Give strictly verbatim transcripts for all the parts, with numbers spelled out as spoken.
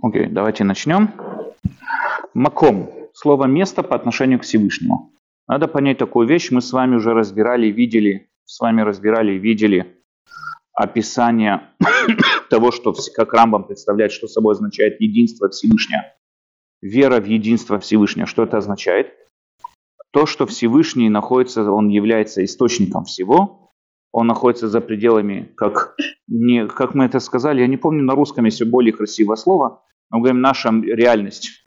Окей, давайте начнем. Маком. Слово «место» по отношению к Всевышнему. Надо понять такую вещь. Мы с вами уже разбирали, видели, с вами разбирали и видели описание того, что, как Рамбам представляет, что собой означает единство Всевышнего. Вера в единство Всевышнего. Что это означает? То, что Всевышний находится, он является источником всего, он находится за пределами, как, не, как мы это сказали, я не помню, на русском есть более красивое слово, мы говорим «наша реальность».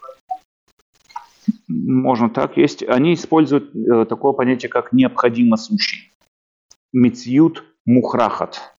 Можно так, есть. Они используют э, такое понятие, как «необходимо сущий». Мицьют мухрахат.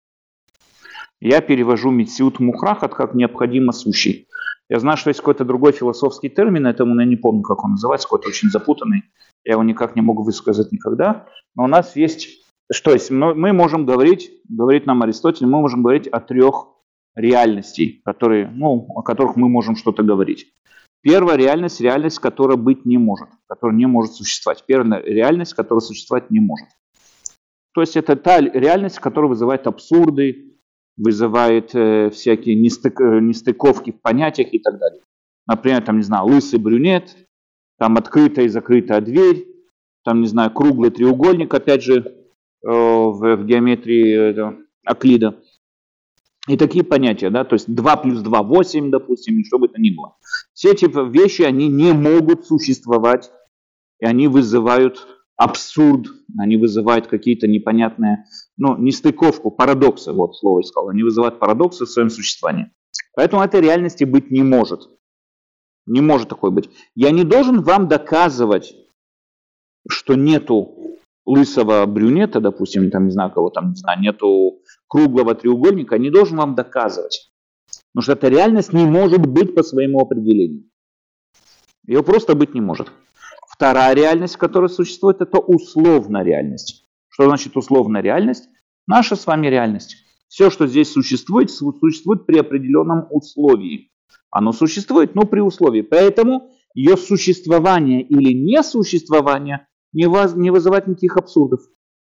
Я перевожу мицьют мухрахат как «необходимо сущий». Я знаю, что есть какой-то другой философский термин, этому я не помню, как он называется, какой-то очень запутанный. Я его никак не могу высказать никогда. Но у нас есть, что есть, мы можем говорить, говорит нам Аристотель, мы можем говорить о трех реальностей, которые, ну, о которых мы можем что-то говорить. Первая реальность, реальность, которая быть не может, которая не может существовать. Первая реальность, которая существовать не может. То есть это та реальность, которая вызывает абсурды, вызывает э, всякие нестык, нестыковки в понятиях и так далее. Например, там, не знаю, лысый брюнет, там открытая и закрытая дверь, там, не знаю, круглый треугольник, опять же, э, в, в геометрии э, Оклида. И такие понятия, да, то есть два плюс два, восемь, допустим, что бы это ни было. Все эти вещи, они не могут существовать, и они вызывают абсурд, они вызывают какие-то непонятные, ну, нестыковку, парадоксы, вот слово искал, они вызывают парадоксы в своем существовании. Поэтому этой реальности быть не может. Не может такой быть. Я не должен вам доказывать, что нету лысого брюнета, допустим, там, не знаю, кого там, не знаю, нету круглого треугольника, не должен вам доказывать. Потому что эта реальность не может быть по своему определению. Ее просто быть не может. Вторая реальность, которая существует, это условная реальность. Что значит условная реальность? Наша с вами реальность. Все, что здесь существует, существует при определенном условии. Оно существует, но при условии. Поэтому ее существование или несуществование не вызывает никаких абсурдов.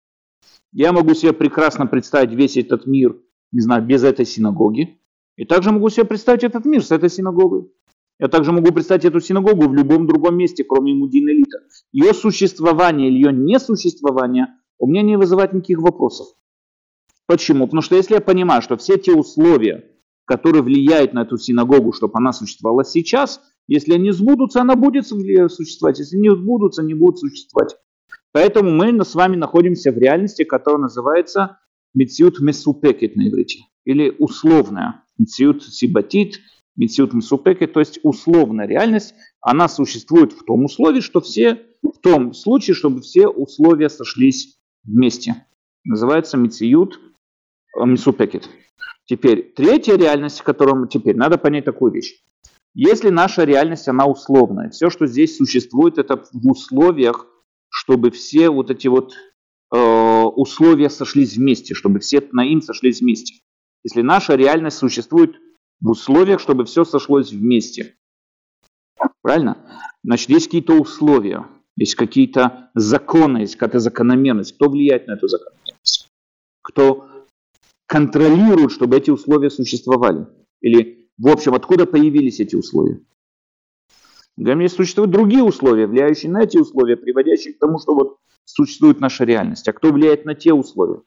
Я могу себе прекрасно представить весь этот мир, не знаю, без этой синагоги. И также могу себе представить этот мир с этой синагогой. Я также могу представить эту синагогу в любом другом месте, кроме Мудин Элита. Ее существование или ее несуществование у меня не вызывает никаких вопросов. Почему? Потому что если я понимаю, что все те условия, которые влияют на эту синагогу, чтобы она существовала сейчас, если они сбудутся, она будет существовать. Если не сбудутся, не будут существовать. Поэтому мы с вами находимся в реальности, которая называется мециют месупекет на иврите. Или условная. Мециют сибатит, мециют месупекет, то есть условная реальность. Она существует в том условии, что все, в том случае, чтобы все условия сошлись вместе. Называется мециют месупекет. Теперь третья реальность, которую теперь надо понять такую вещь. Если наша реальность, она условная, все, что здесь существует, это в условиях, чтобы все вот эти вот э, условия сошлись вместе, чтобы все тнаим сошлись вместе. Если наша реальность существует в условиях, чтобы все сошлось вместе. Правильно? Значит, есть какие-то условия, есть какие-то законы, есть какая-то закономерность. Кто влияет на эту закономерность? Кто контролирует, чтобы эти условия существовали? Или, в общем, откуда появились эти условия? Для меня существуют другие условия, влияющие на эти условия, приводящие к тому, что вот существует наша реальность. А кто влияет на те условия?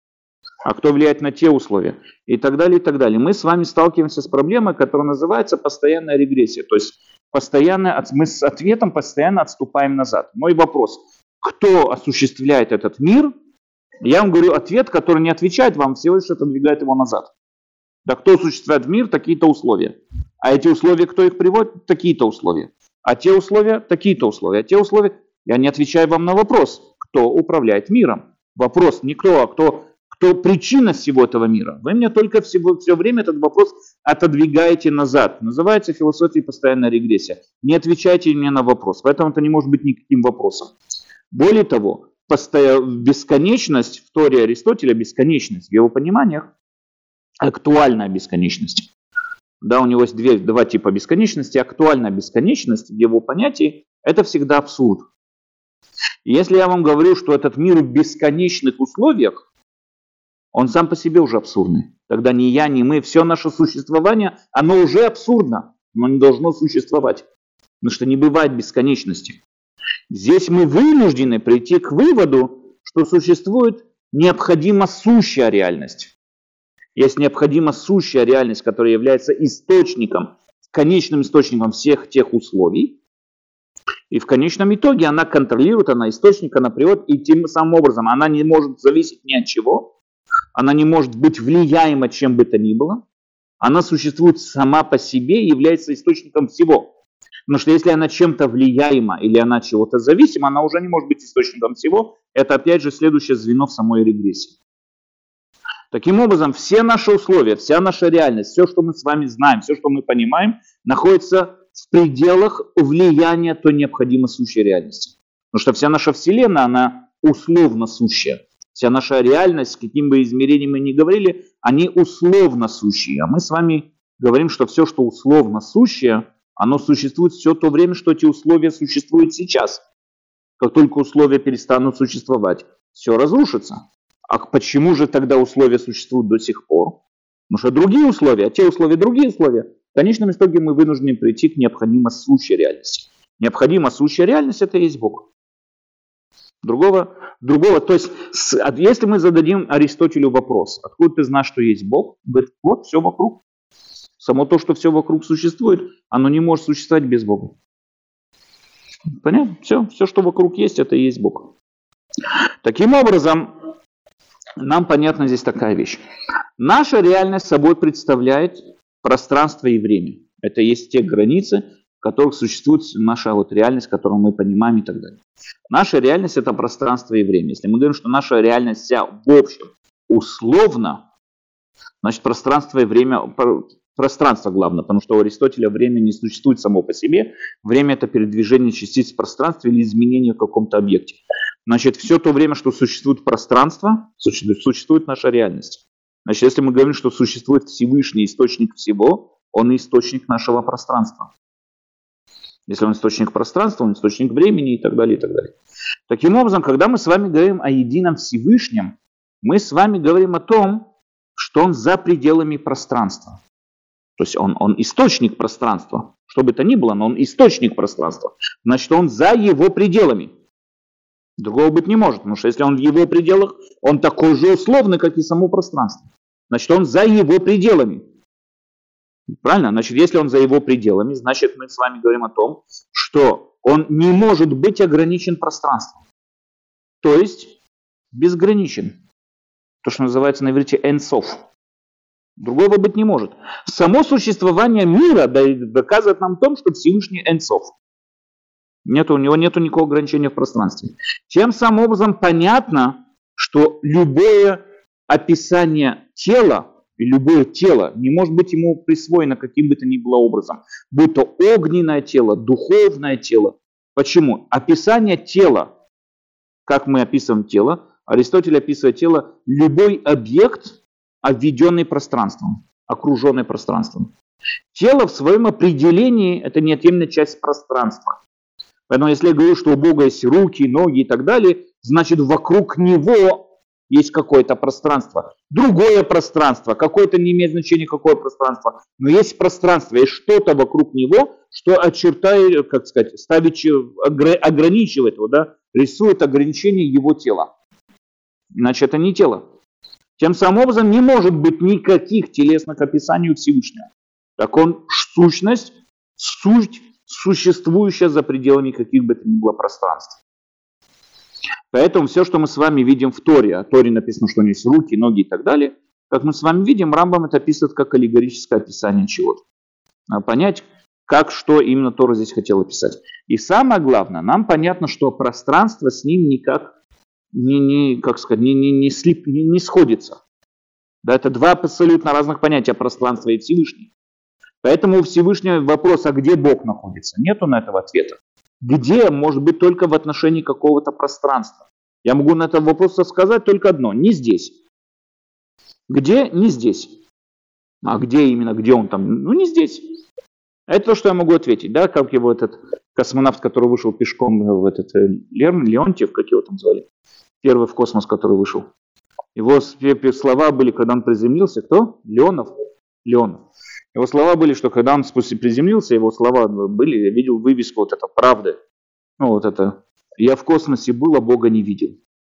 А кто влияет на те условия? И так далее, и так далее. Мы с вами сталкиваемся с проблемой, которая называется постоянная регрессия. То есть постоянно, мы с ответом постоянно отступаем назад. Мой вопрос: кто осуществляет этот мир? Я вам говорю ответ, который не отвечает вам, всего лишь отодвигает его назад. Да, кто осуществляет мир? Такие-то условия. А эти условия, кто их приводит? Такие-то условия. А те условия? Такие-то условия. А те условия? Я не отвечаю вам на вопрос, кто управляет миром. Вопрос не кто, а кто, кто причина всего этого мира. Вы мне только всего, все время этот вопрос отодвигаете назад. Называется философия постоянная регрессия. Не отвечайте мне на вопрос. Поэтому это не может быть никаким вопросом. Более того, постоя... бесконечность в Торе Аристотеля, бесконечность в его пониманиях, актуальная бесконечность. Да, у него есть две, два типа бесконечности. Актуальная бесконечность в его понятии – это всегда абсурд. И если я вам говорю, что этот мир в бесконечных условиях, он сам по себе уже абсурдный. Тогда ни я, ни мы, все наше существование, оно уже абсурдно. оно не должно существовать, потому что не бывает бесконечности. Здесь мы вынуждены прийти к выводу, что существует необходимо сущая реальность. Есть необходимо сущая реальность, которая является источником, конечным источником всех тех условий. И в конечном итоге она контролирует, она источник, она приводит, и тем самым образом она не может зависеть ни от чего, она не может быть влияема чем бы то ни было, она существует сама по себе и является источником всего. Потому что если она чем-то влияема или она чего-то зависима, она уже не может быть источником всего. Это опять же следующее звено в самой регрессии. Таким образом, все наши условия, вся наша реальность, все, что мы с вами знаем, все, что мы понимаем, находится в пределах влияния той необходимо сущей реальности. Потому что вся наша Вселенная, она условно сущая. Вся наша реальность, с каким бы измерением мы ни говорили, они условно сущие. А мы с вами говорим, что все, что условно сущее, оно существует все то время, что эти условия существуют сейчас. Как только условия перестанут существовать, все разрушится. А почему же тогда условия существуют до сих пор? Потому что другие условия, а те условия, другие условия, в конечном итоге мы вынуждены прийти к необходимо сущей реальности. Необходимо сущая реальность – это и есть Бог. Другого, другого, то есть, если мы зададим Аристотелю вопрос, откуда ты знаешь, что есть Бог? Он говорит, вот, все вокруг. Само то, что все вокруг существует, оно не может существовать без Бога. Понятно? Все, все, что вокруг есть, это и есть Бог. Таким образом, нам понятна здесь такая вещь. Наша реальность собой представляет пространство и время. Это есть те границы, в которых существует наша вот реальность, которую мы понимаем и так далее. Наша реальность – это пространство и время. Если мы говорим, что наша реальность вся в общем условно, значит пространство и время, пространство главное, потому что у Аристотеля время не существует само по себе. Время – это передвижение частиц в пространстве или изменение в каком-то объекте. Значит, все то время, что существует пространство, существует наша реальность. Значит, если мы говорим, что существует Всевышний источник всего, он и источник нашего пространства. Если он источник пространства, он источник времени и так далее, и так далее. Таким образом, когда мы с вами говорим о едином Всевышнем, мы с вами говорим о том, что он за пределами пространства. То есть он, он источник пространства. Что бы то ни было, но он источник пространства. Значит, он за его пределами. Другого быть не может, потому что если он в его пределах, он такой же условный, как и само пространство. Значит, он за его пределами. Правильно? Значит, если он за его пределами, значит, мы с вами говорим о том, что он не может быть ограничен пространством. То есть, безграничен. То, что называется на иврите «энсоф». Другого быть не может. Само существование мира доказывает нам в том, что Всевышний «энсоф». Нет, у него нет никакого ограничения в пространстве. Тем самым образом понятно, что любое описание тела, любое тело не может быть ему присвоено каким бы то ни было образом. Будь то огненное тело, духовное тело. Почему? Описание тела, как мы описываем тело, Аристотель описывает тело, любой объект, обведенный пространством, окруженный пространством. Тело в своем определении – это неотъемлемая часть пространства. Поэтому если я говорю, что у Бога есть руки, ноги и так далее, значит вокруг него есть какое-то пространство. Другое пространство, какое-то не имеет значения, какое пространство. Но есть пространство, есть что-то вокруг него, что очертает, как сказать, ставит, ограничивает его, да, рисует ограничение его тела. Иначе это не тело. Тем самым образом не может быть никаких телесных описаний у Всевышнего. Так он сущность, суть, существующая за пределами каких бы то ни было пространств. Поэтому все, что мы с вами видим в Торе, а в Торе написано, что у него есть руки, ноги и так далее, как мы с вами видим, Рамбам это описывает как аллегорическое описание чего-то. Надо понять, как, что именно Тора здесь хотел описать. И самое главное, нам понятно, что пространство с ним никак не, не, как сказать, не, не, не, слип, не, не сходится. Да, это два абсолютно разных понятия, пространства и Всевышний. Поэтому у Всевышнего вопрос, а где Бог находится? Нету на этого ответа. Где, может быть, только в отношении какого-то пространства. Я могу на этот вопрос сказать только одно, не здесь. Где? Не здесь. А где именно, где он там? Ну, не здесь. Это то, что я могу ответить, да, как его этот космонавт, который вышел пешком в этот Леонтьев, как его там звали, первый в космос, который вышел. Его слова были, когда он приземлился, кто? Леонов. Леон. Его слова были, что когда он спустя приземлился, его слова были, я видел вывеску вот это правды. Ну вот это, я в космосе был, а Бога не видел.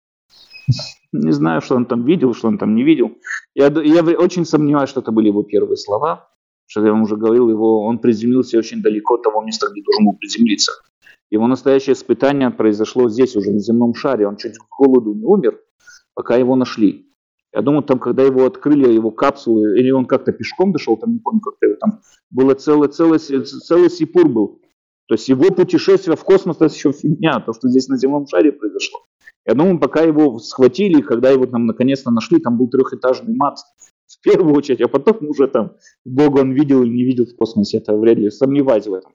Не знаю, что он там видел, что он там не видел. Я, я очень сомневаюсь, что это были его первые слова. Что я вам уже говорил, его, он приземлился очень далеко от того места, где должен был приземлиться. Его настоящее испытание произошло здесь, уже на земном шаре. Он чуть с голоду не умер, пока его нашли. Я думаю, там, когда его открыли, его капсулу, или он как-то пешком дошел, там не помню, как-то там было целый, целый, целый сипур был. То есть его путешествие в космос, это еще фигня, то, что здесь на земном шаре произошло. Я думаю, пока его схватили, когда его там наконец-то нашли, там был трехэтажный мат в первую очередь, а потом уже там Бога он видел или не видел в космосе, это вряд ли, сомневаюсь в этом.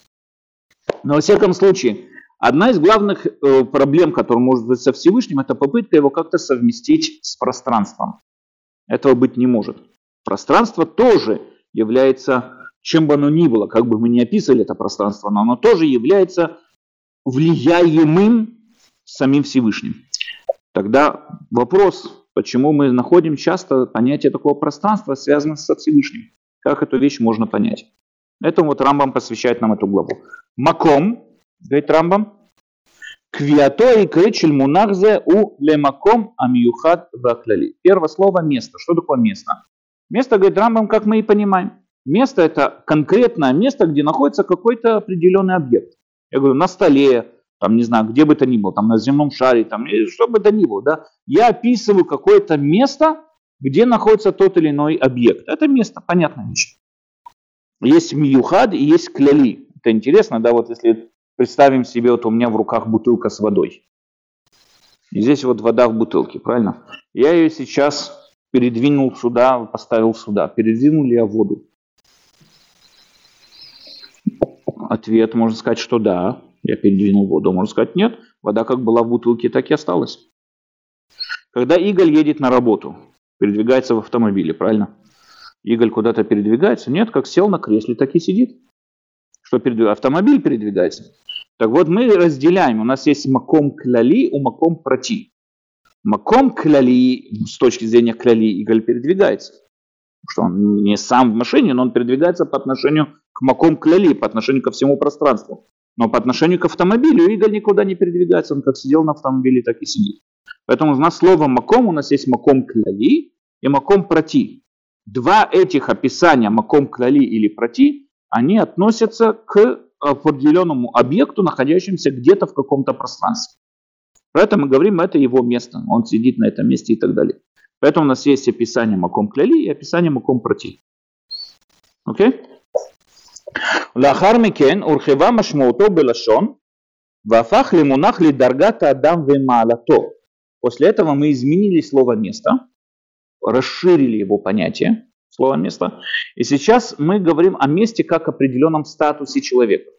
Но во всяком случае, одна из главных э, проблем, которая может быть со Всевышним, это попытка его как-то совместить с пространством. Этого быть не может. Пространство тоже является, чем бы оно ни было, как бы мы ни описывали это пространство, но оно тоже является влияемым самим Всевышним. Тогда вопрос, почему мы находим часто понятие такого пространства, связанное со Всевышним. Как эту вещь можно понять? Этому вот Рамбам посвящает нам эту главу. Маком, говорит Рамбам, квиато и кричель мунахзе у лемаком амиюхат ваклали. Первое слово место. Что такое место? Место, говорит Рамбам, как мы и понимаем. Место это конкретное место, где находится какой-то определенный объект. Я говорю, на столе, там, не знаю, где бы то ни было, там, на земном шаре, там, что бы то ни было, да. Я описываю какое-то место, где находится тот или иной объект. Это место, понятная вещь. Есть миюхад и есть кляли. Это интересно, да, вот если представим себе, вот у меня в руках бутылка с водой. И здесь вот вода в бутылке, правильно? Я ее сейчас передвинул сюда, поставил сюда. Передвинул ли я воду? Ответ, можно сказать, что да. Я передвинул воду. Можно сказать, нет. Вода как была в бутылке, так и осталась. Когда Игаль едет на работу, передвигается в автомобиле, правильно? Игаль куда-то передвигается? Нет, как сел на кресле, так и сидит. Что передвигается? Автомобиль передвигается. Так вот, мы разделяем. У нас есть маком кляли, у маком прати. Маком кляли, с точки зрения кляли, Игаль передвигается. Что он не сам в машине, но он передвигается по отношению к маком кляли, по отношению ко всему пространству. Но по отношению к автомобилю Игаль никуда не передвигается. Он как сидел на автомобиле, так и сидит. Поэтому у нас слово маком, у нас есть маком кляли и маком прати. Два этих описания, маком кляли или прати, они относятся к определенному объекту, находящемуся где-то в каком-то пространстве. Поэтому мы говорим, это его место, он сидит на этом месте и так далее. Поэтому у нас есть описание маком кляли и описание маком прати. Окей? Лахар микен урхева машмауто белашон вафах лимунах ли даргата адам вемаалато. После этого мы изменили слово место, расширили его понятие, слово место. И сейчас мы говорим о месте как определенном статусе человека.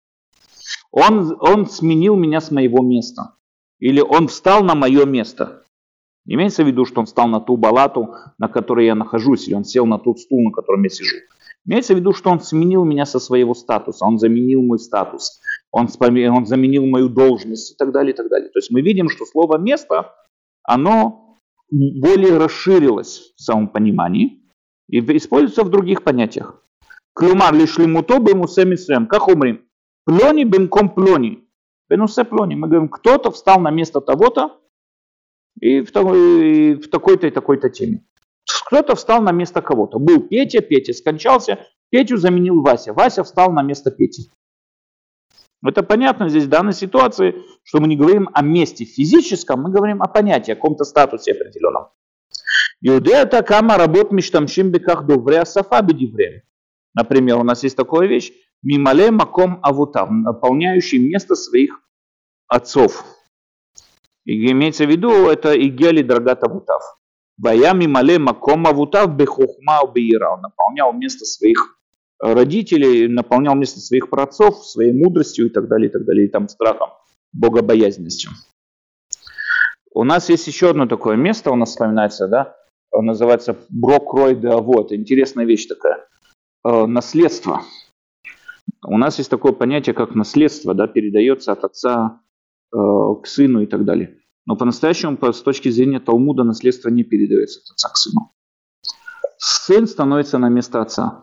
Он, он сменил меня с моего места. Или он встал на мое место. Не имеется в виду, что он встал на ту балату, на которой я нахожусь, или он сел на тот стул, на котором я сижу. Имеется в виду, что он сменил меня со своего статуса, он заменил мой статус, он, он заменил мою должность и так далее, и так далее. То есть мы видим, что слово «место», оно более расширилось в самом понимании и используется в других понятиях. Клюмар лишь лимуто бемусе мисрем. Как умрим? Плони бемком плони. Бенусе плони. Мы говорим, кто-то встал на место того-то и в, и в такой-то и такой-то теме. Кто-то встал на место кого-то. Был Петя, Петя скончался, Петю заменил Вася. Вася встал на место Пети. Это понятно здесь в данной ситуации, что мы не говорим о месте физическом, мы говорим о понятии, о каком-то статусе определенном. Иудея кама работ миштамшим беках довря сафа бедивре. Например, у нас есть такая вещь, мимале маком авутав, наполняющий место своих отцов. И имеется в виду, это игели драгат авутав. Бая мимале маком авутав бехухма убиира. Он наполнял место своих родителей, наполнял место своих праотцов своей мудростью и так далее, и так далее, и там страхом, богобоязненностью. У нас есть еще одно такое место, у нас вспоминается, да, называется брокрой де авот. Интересная вещь такая. Э, наследство. У нас есть такое понятие, как наследство, да, передается от отца э, к сыну и так далее. Но по-настоящему, с точки зрения Талмуда, наследство не передается от отца к сыну. сын становится на место отца.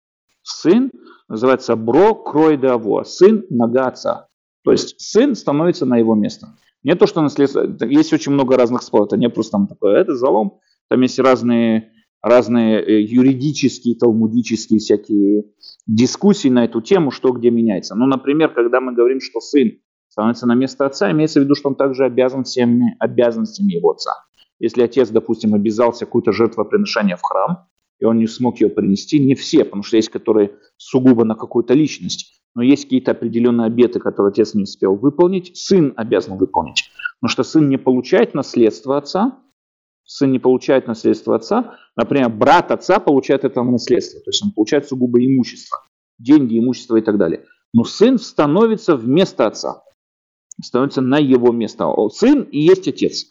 Сын называется бро крой де аво, сын нога отца. То есть сын становится на его место. Не то, что наследство, есть очень много разных споров, это не просто там такое, это залом, там есть разные, разные юридические, талмудические всякие дискуссии на эту тему, что где меняется. Ну, например, когда мы говорим, что сын становится на место отца, имеется в виду, что он также обязан всеми обязанностями его отца. Если отец, допустим, обязался какое-то жертвоприношение в храм, и он не смог ее принести, не все, потому что есть, которые сугубо на какую-то личность, но есть какие-то определенные обеты, которые отец не успел выполнить, сын обязан выполнить. Потому что сын не получает наследство отца, сын не получает наследство отца, например, брат отца получает это наследство, то есть он получает сугубо имущество, деньги, имущество и так далее. Но сын становится вместо отца, становится на его место. Сын и есть отец.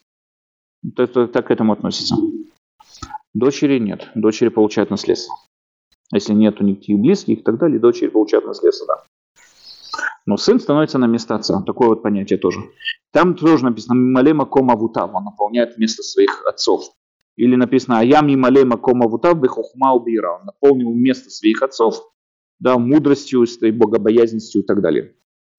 Это так к этому относится. Дочери нет. Дочери получают наследство. Если нету никаких близких и так далее, дочери получают наследство, да. Но сын становится на место отца. Такое вот понятие тоже. Там тоже написано «Мимале маком авутав», он наполняет место своих отцов. Или написано «А я мимале маком авутав бехохма убира», он наполнил место своих отцов, да, мудростью, богобоязненностью и так далее.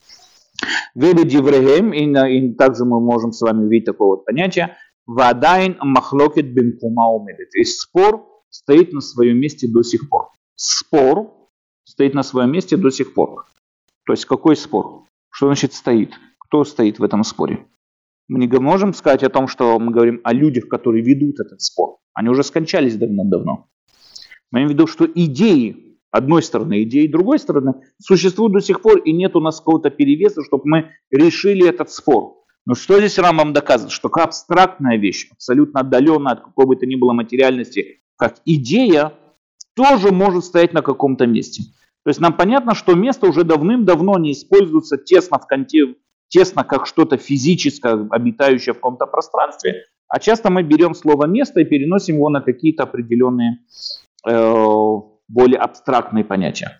Вебедиврехем, и также мы можем с вами увидеть такое вот понятие «Вадайн махлокет бенкума умедет». И спор стоит на своем месте до сих пор. Спор стоит на своем месте до сих пор. То есть какой спор? Что значит стоит? Кто стоит в этом споре? Мы не можем сказать о том, что мы говорим о людях, которые ведут этот спор. Они уже скончались давно-давно. Мы имеем в виду, что идеи одной стороны, идеи другой стороны существуют до сих пор, и нет у нас какого-то перевеса, чтобы мы решили этот спор. Но что здесь Рамбам доказывает? Что как абстрактная вещь, абсолютно отдаленная от какой бы то ни было материальности, как идея, тоже может стоять на каком-то месте. То есть нам понятно, что место уже давным-давно не используется тесно, в конте, тесно как что-то физическое, обитающее в каком-то пространстве, а часто мы берем слово «место» и переносим его на какие-то определенные, э, более абстрактные понятия.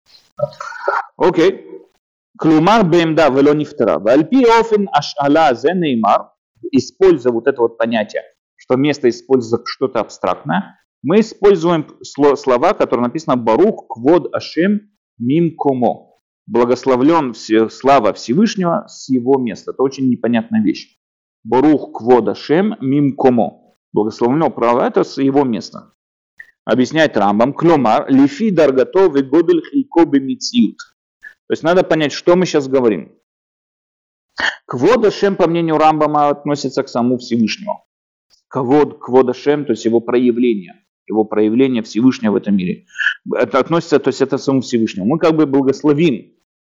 Окей. Клумар бемда вело нифтара. Вальпи офен аш'ала зе неймар, используя вот это вот понятие, что место используется что-то абстрактное, мы используем слова, которые написано «Барух квод Ашем мим комо». Благословлен слава Всевышнего с его места. Это очень непонятная вещь. Барух квод Ашем мим комо. Благословлено право это с его места. Объясняет Рамбам. Кломар лифи даргато вегодель хилько бемициют. То есть надо понять, что мы сейчас говорим. Квод Ашем, по мнению Рамбама, относится к самому Всевышнему. Квод, квод Ашем, то есть его проявление. Его проявление Всевышнего в этом мире. Это относится, то есть это к самому Всевышнему. Мы как бы благословим,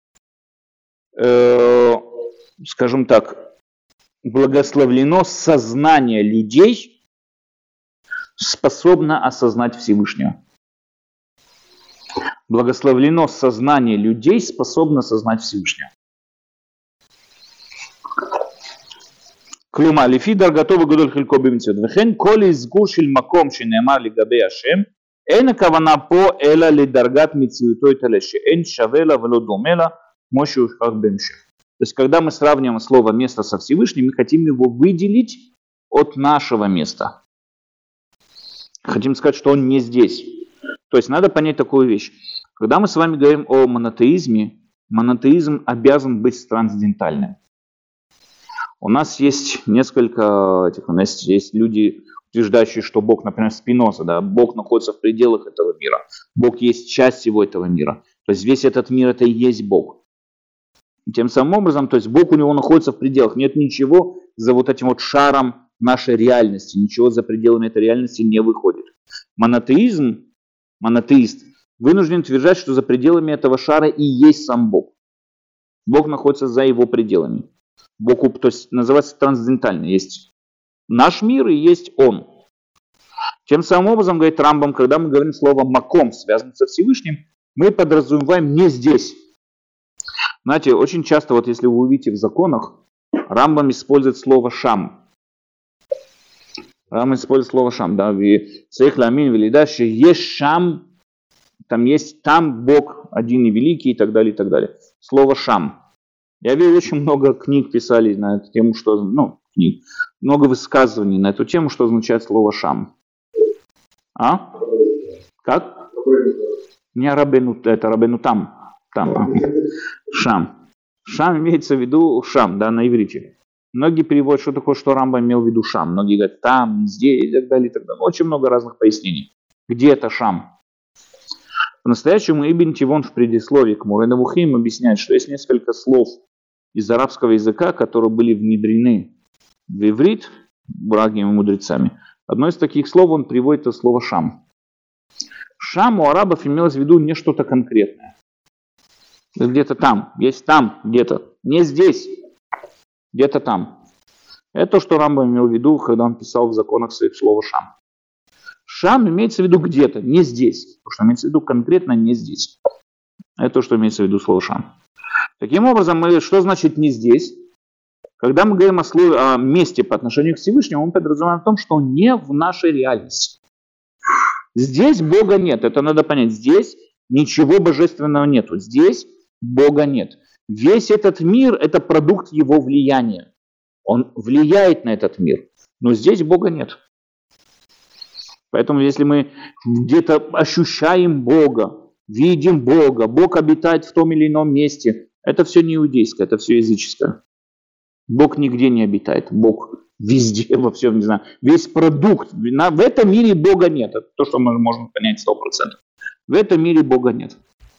э, скажем так, благословлено сознание людей, способно осознать Всевышнего. Благословлено сознание людей, способно осознать Всевышнего. כלומר, לפי דרגתו וגודל חלקו במציאות, וכן כל אזכור של מקום שנאמר לגבי השם, אין הכוונה פה אלא לדרגת מציאותו יתעלה, שאין שווה לה ולא דומה לה, כמו שהוכח בהמשך. То есть, когда мы сравниваем слово «место» со Всевышним, мы хотим его выделить от нашего места. Хотим сказать, что он не здесь. То есть, надо понять такую вещь. Когда мы с вами говорим о монотеизме, монотеизм обязан быть трансцендентальным. У нас есть несколько, у нас есть люди, утверждающие, что Бог, например, Спиноза, да, Бог находится в пределах этого мира, Бог есть часть всего этого мира, то есть весь этот мир это и есть Бог. И тем самым образом, то есть Бог у него находится в пределах, нет ничего за вот этим вот шаром нашей реальности, ничего за пределами этой реальности не выходит. Монотеизм, монотеист вынужден утверждать, что за пределами этого шара и есть сам Бог. Бог находится за его пределами. Бог, то есть называется трансцендентальный. Есть наш мир и есть он. Тем самым образом, говорит Рамбам, когда мы говорим слово «маком», связанное со Всевышним, мы подразумеваем не здесь. Знаете, очень часто, вот если вы увидите в законах, Рамбам использует слово «шам». Рамбам использует слово «шам». Да, «Цех ламин велидаши» есть «шам», там есть «там Бог один и великий» и так далее, и так далее. Слово «шам». Я видел, очень много книг писали на эту тему, что, ну, книг, много высказываний на эту тему, что означает слово «шам». А? Как? Не Рабейну, это Рабейну там. Там. Шам. Шам имеется в виду Шам, да, на иврите. Многие переводят, что такое, что Рамбам имел в виду Шам. Многие говорят там, здесь и так далее, и так далее. Очень много разных пояснений. Где это Шам? По-настоящему Ибн Тивон в предисловии к Муре Невухим объясняет, что есть несколько слов из арабского языка, которые были внедрены в иврит многими мудрецами. Одно из таких слов он приводит это слово «шам». Шам у арабов имелось в виду не что-то конкретное. Где-то там, есть там, где-то. Не здесь, где-то там. Это то, что Рамбам имел в виду, когда он писал в законах своих слово «шам». Шам имеется в виду где-то, не здесь. Потому что имеется в виду конкретно не здесь. Это то, что имеется в виду слово «шам». Таким образом, мы, что значит не здесь? Когда мы говорим о, слове, о месте по отношению к Всевышнему, мы подразумеваем о том, что не в нашей реальности. Здесь Бога нет, это надо понять. Здесь ничего божественного нету. Здесь Бога нет. Весь этот мир – это продукт его влияния. Он влияет на этот мир, но здесь Бога нет. Поэтому если мы где-то ощущаем Бога, видим Бога, Бог обитает в том или ином месте, это все не иудейское, это все языческое. Бог нигде не обитает, Бог везде, во всем, не знаю. Весь продукт, в этом мире Бога нет. Это то, что мы можем понять сто процентов. В этом мире Бога нет.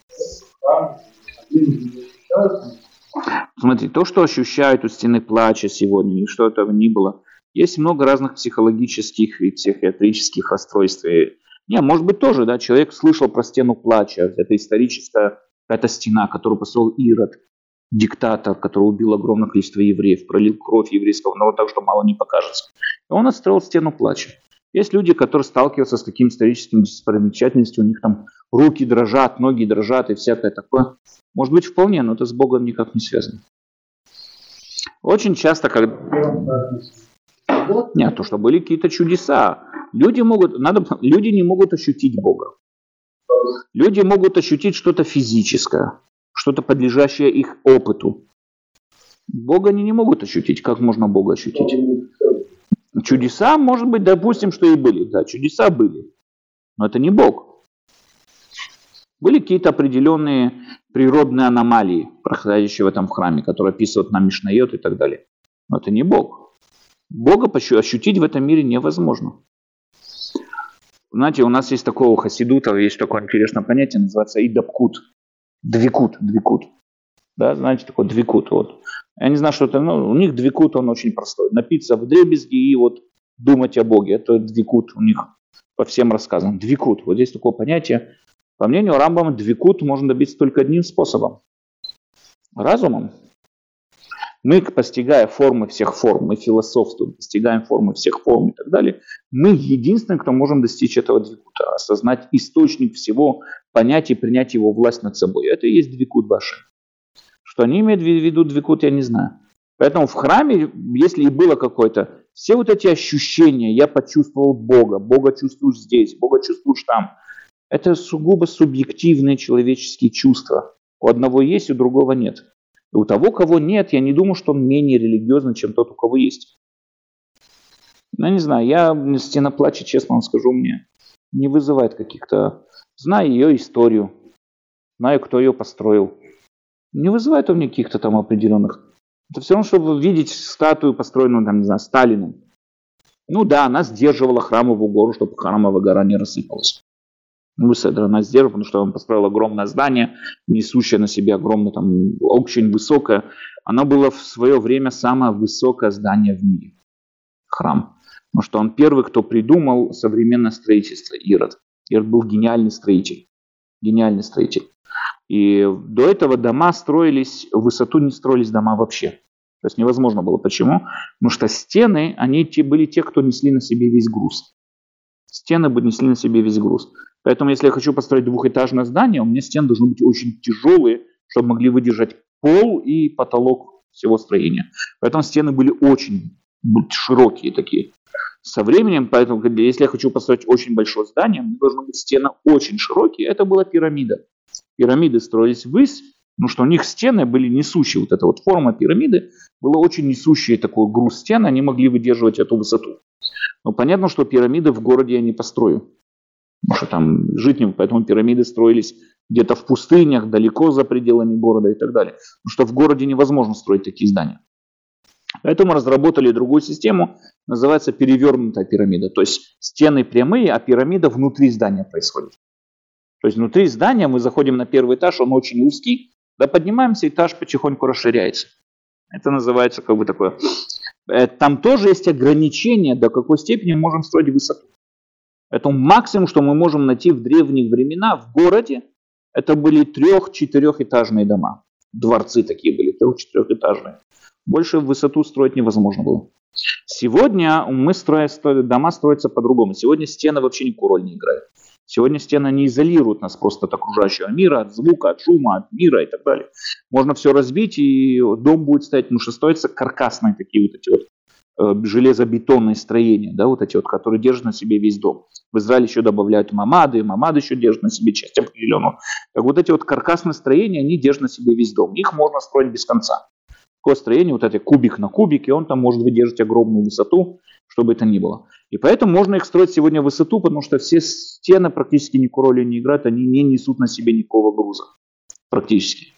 Смотри, то, что ощущают у стены плача сегодня, и что этого ни было, есть много разных психологических и психиатрических расстройств. И, не, может быть тоже, да, человек слышал про стену плача, это историческая какая-то стена, которую построил Ирод, диктатор, который убил огромное количество евреев, пролил кровь еврейского народа так, что мало не покажется. И он отстроил стену плача. Есть люди, которые сталкиваются с таким историческим достопримечательностью, у них там руки дрожат, ноги дрожат и всякое такое. Может быть вполне, но это с Богом никак не связано. Очень часто, когда... Нет, то, что были какие-то чудеса. Люди, могут, надо, люди не могут ощутить Бога. Люди могут ощутить что-то физическое, что-то подлежащее их опыту. Бога они не могут ощутить. Как можно Бога ощутить? Чудеса, может быть, допустим, что и были. Да, чудеса были. Но это не Бог. Были какие-то определенные природные аномалии, происходящие в этом храме, которые описывают нам Мишнайот и так далее. Но это не Бог. Бога ощутить в этом мире невозможно. Знаете, у нас есть такое у хасидутов, есть такое интересное понятие, называется идапкут. Двикут, двикут. Да, знаете, такой двикут. Вот. Я не знаю, что это, но у них двикут, он очень простой. Напиться вдребезги и вот думать о Боге. Это двикут у них по всем рассказам. Двикут. Вот здесь такое понятие. По мнению Рамбама, двикут можно добиться только одним способом. Разумом. Мы, постигая формы всех форм, мы философствуем, постигаем формы всех форм и так далее, мы единственные, кто можем достичь этого двикута, осознать источник всего, понять и принять его власть над собой. Это и есть двикут Баши. Что они имеют в виду двикут, я не знаю. Поэтому в храме, если и было какое-то, все вот эти ощущения, я почувствовал Бога, Бога чувствуешь здесь, Бога чувствуешь там, это сугубо субъективные человеческие чувства. У одного есть, у другого нет. И у того, кого нет, я не думаю, что он менее религиозный, чем тот, у кого есть. Ну, не знаю, я стена плача, честно вам скажу, мне не вызывает каких-то... Знаю ее историю, знаю, кто ее построил. Не вызывает у меня каких-то там определенных... Это все равно, чтобы видеть статую, построенную, там, не знаю, Сталиным. Ну да, она сдерживала храмовую гору, чтобы храмовая гора не рассыпалась. Ну, она сдерживала, потому что он построил огромное здание, несущее на себе огромное, там, очень высокое. Оно было в свое время самое высокое здание в мире. Храм. Потому что он первый, кто придумал современное строительство, Ирод. Ирод был гениальный строитель. Гениальный строитель. И до этого дома строились, в высоту не строились дома вообще. То есть невозможно было. Почему? Потому что стены, они те, были те, кто несли на себе весь груз. Стены бы несли на себе весь груз. Поэтому, если я хочу построить двухэтажное здание, у меня стены должны быть очень тяжелые, чтобы могли выдержать пол и потолок всего строения. Поэтому стены были очень широкие такие. Со временем, поэтому, если я хочу построить очень большое здание, мне должны быть стены очень широкие. Это была пирамида. Пирамиды строились ввысь, потому что у них стены были несущие. Вот эта вот форма пирамиды была очень несущая, такой груз стен, они могли выдерживать эту высоту. Но понятно, что пирамиды в городе я не построю. Потому что там жить не, поэтому пирамиды строились где-то в пустынях, далеко за пределами города и так далее. Потому что в городе невозможно строить такие здания. Поэтому разработали другую систему, называется перевернутая пирамида. То есть стены прямые, а пирамида внутри здания происходит. То есть внутри здания мы заходим на первый этаж, он очень узкий, да поднимаемся, этаж потихоньку расширяется. Это называется как бы такое. Там тоже есть ограничения, до какой степени мы можем строить высоту. Это максимум, что мы можем найти в древние времена в городе. Это были трех-четырехэтажные дома. Дворцы такие были, трех-четырехэтажные. Больше в высоту строить невозможно было. Сегодня мы строим, дома строятся по-другому. Сегодня стены вообще никакую роль не играют. Сегодня стены не изолируют нас просто от окружающего мира, от звука, от шума, от мира и так далее. Можно все разбить, и дом будет стоять, потому что строятся каркасные такие вот эти вот э, железобетонные строения, да, вот эти вот, которые держат на себе весь дом. В Израиле еще добавляют мамады, мамады еще держат на себе часть определенную. Так вот эти вот каркасные строения, они держат на себе весь дом. Их можно строить без конца. Такое строение, вот это кубик на кубике, он там может выдержать огромную высоту, что бы это ни было. И поэтому можно их строить сегодня в высоту, потому что все стены практически никакой роли не играют, они не несут на себе никакого груза. Практически.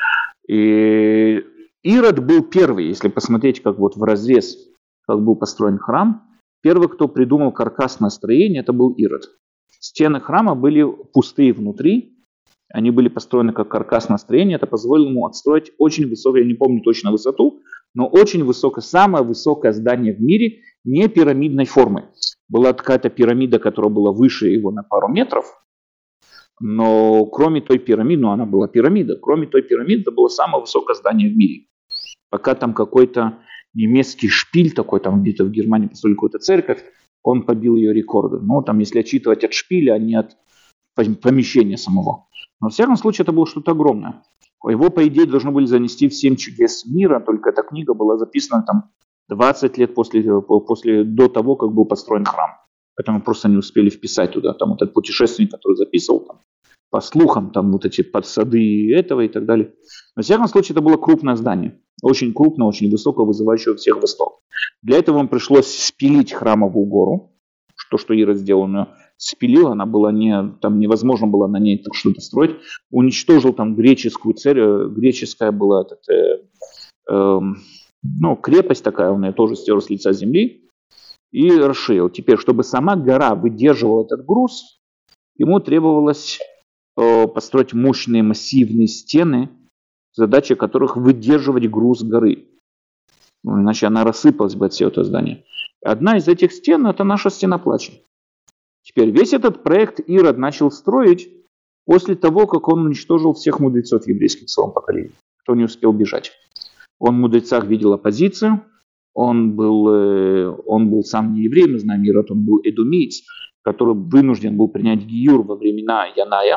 И Ирод был первый, если посмотреть, как вот в разрез, как был построен храм. Первый, кто придумал каркасное строение, это был Ирод. Стены храма были пустые внутри, они были построены как каркасное строение, это позволило ему отстроить очень высокое, я не помню точно высоту, но очень высокое, самое высокое здание в мире, не пирамидной формы. Была какая-то пирамида, которая была выше его на пару метров, но кроме той пирамиды, ну она была пирамида, кроме той пирамиды, это было самое высокое здание в мире. Пока там какой-то немецкий шпиль такой, там где-то в Германии построили какую-то церковь, он побил ее рекорды. Ну там если отчитывать от шпиля, а не от помещения самого. Но в всяком случае это было что-то огромное. Его, по идее, должны были занести в «Семь чудес мира», только эта книга была записана там двадцать лет после, после, до того, как был построен храм. Поэтому просто не успели вписать туда. Там вот этот путешественник, который записывал, там, по слухам, там вот эти подсады этого и так далее. Но в всяком случае это было крупное здание. Очень крупное, очень высокое, вызывающее у всех восторг. Для этого им пришлось спилить храмовую гору. То, что Ирод сделал, он ее спилил, она была не, там невозможно было на ней что-то строить. Уничтожил там греческую церковь, греческая была этот, э, э, ну, крепость такая, он ее тоже стер с лица земли и расширил. Теперь, чтобы сама гора выдерживала этот груз, ему требовалось э, построить мощные массивные стены, задача которых выдерживать груз горы. Ну, иначе она рассыпалась бы от всего этого здания. Одна из этих стен – это наша стена плача. Теперь весь этот проект Ирод начал строить после того, как он уничтожил всех мудрецов еврейских в своем поколении, кто не успел бежать. Он в мудрецах видел оппозицию, он был, он был сам не еврей, мы знаем Ирод, он был эдомиец, который вынужден был принять гиюр во времена Яная.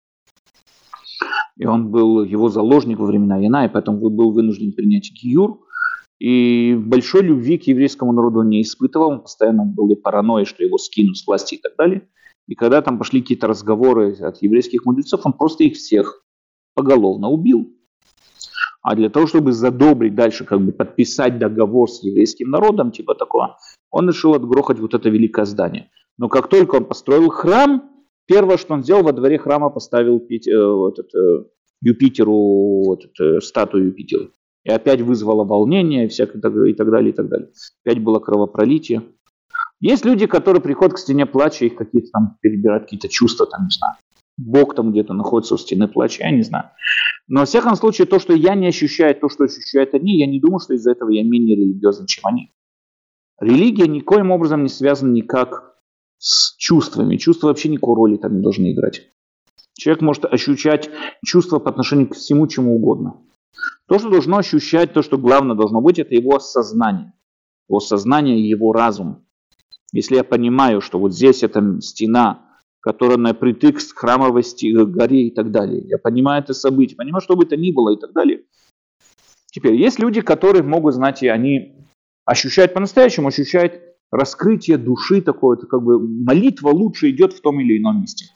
И он был его заложник во времена Яная, поэтому был вынужден принять гиюр. И большой любви к еврейскому народу он не испытывал, он постоянно был и паранойей, что его скинут с власти и так далее. И когда там пошли какие-то разговоры от еврейских мудрецов, он просто их всех поголовно убил. А для того, чтобы задобрить дальше, как бы подписать договор с еврейским народом, типа такого, он решил отгрохать вот это великое здание. Но как только он построил храм, первое, что он сделал, во дворе храма поставил пить, э, этот, э, Юпитеру, этот, э, статую Юпитера. И опять вызвало волнение и, всякое, и так далее, и так далее. Опять было кровопролитие. Есть люди, которые приходят к стене плача, их какие-то там перебирают какие-то чувства, там, не знаю. Бог там где-то находится у стены плача, я не знаю. Но во всяком случае, то, что я не ощущаю, то, что ощущают они, я не думаю, что из-за этого я менее религиозен, чем они. Религия никоим образом не связана никак с чувствами. Чувства вообще никакой роли там не должны играть. Человек может ощущать чувства по отношению к всему, чему угодно. То, что должно ощущать, то, что главное должно быть, это его сознание. Его сознание и его разум. Если я понимаю, что вот здесь эта стена, которая на притык к храмовой горе и так далее. Я понимаю это событие, понимаю, что бы это ни было и так далее. Теперь есть люди, которые могут, знаете, они ощущают по-настоящему, ощущают раскрытие души такое, как бы молитва лучше идет в том или ином месте.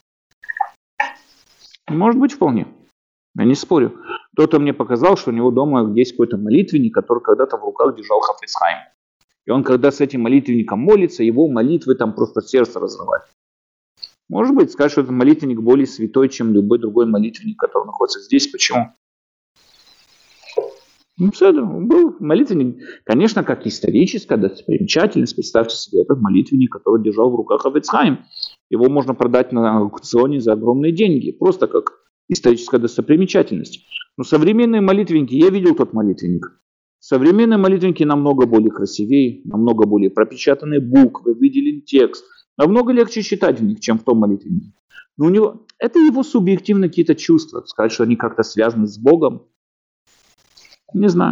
Может быть, вполне. Я не спорю. Кто-то мне показал, что у него дома есть какой-то молитвенник, который когда-то в руках держал Хафец Хаим. И он, когда с этим молитвенником молится, его молитвы там просто сердце разрывают. Может быть, скажешь, что этот молитвенник более святой, чем любой другой молитвенник, который находится здесь. Почему? Ну, все, был молитвенник. Конечно, как историческая достопримечательность. Представьте себе этот молитвенник, который держал в руках Хафец Хаим. Его можно продать на аукционе за огромные деньги. Просто как историческая достопримечательность. Но современные молитвенники, я видел тот молитвенник. Современные молитвенники намного более красивее, намного более пропечатанные буквы, выделен текст. Намного легче читать в них, чем в том молитвеннике. Но у него, это его субъективные какие-то чувства. Сказать, что они как-то связаны с Богом. Не знаю.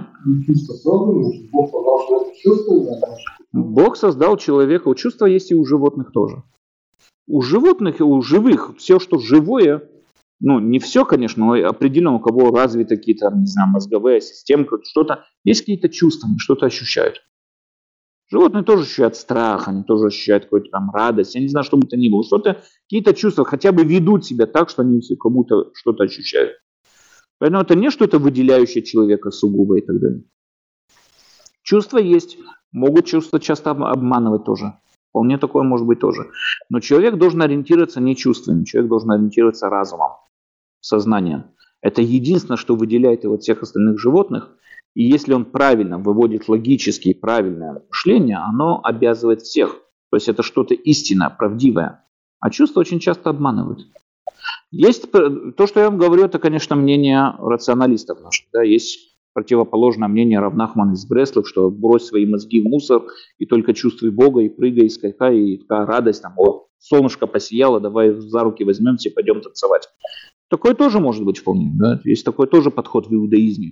Бог создал человека. Чувства есть и у животных тоже. У животных и у живых все, что живое, ну не все, конечно, но определенно у кого развиты какие-то, не знаю, мозговые системы, что-то, есть какие-то чувства, они что-то ощущают. Животные тоже ощущают страх, они тоже ощущают какую-то там радость, я не знаю, что бы то ни было. Что-то, какие-то чувства хотя бы ведут себя так, что они кому-то что-то ощущают. Поэтому это не что-то выделяющее человека сугубо и так далее. Чувства есть. Могут чувства часто обманывать тоже. Вполне такое может быть тоже. Но человек должен ориентироваться не чувствами. Человек должен ориентироваться разумом, сознанием. Это единственное, что выделяет его от всех остальных животных. И если он правильно выводит логически правильное мышление, оно обязывает всех. То есть это что-то истинное, правдивое. А чувства очень часто обманывают. Есть то, что я вам говорю, это, конечно, мнение рационалистов наших. Да, есть противоположное мнение Рав Нахмана из Бреслов, что брось свои мозги в мусор и только чувствуй Бога, и прыгай, и скакай, и такая радость, там, о, солнышко посияло, давай за руки возьмемся и пойдем танцевать. Такое тоже может быть вполне. Да? Есть такой тоже подход в иудаизме.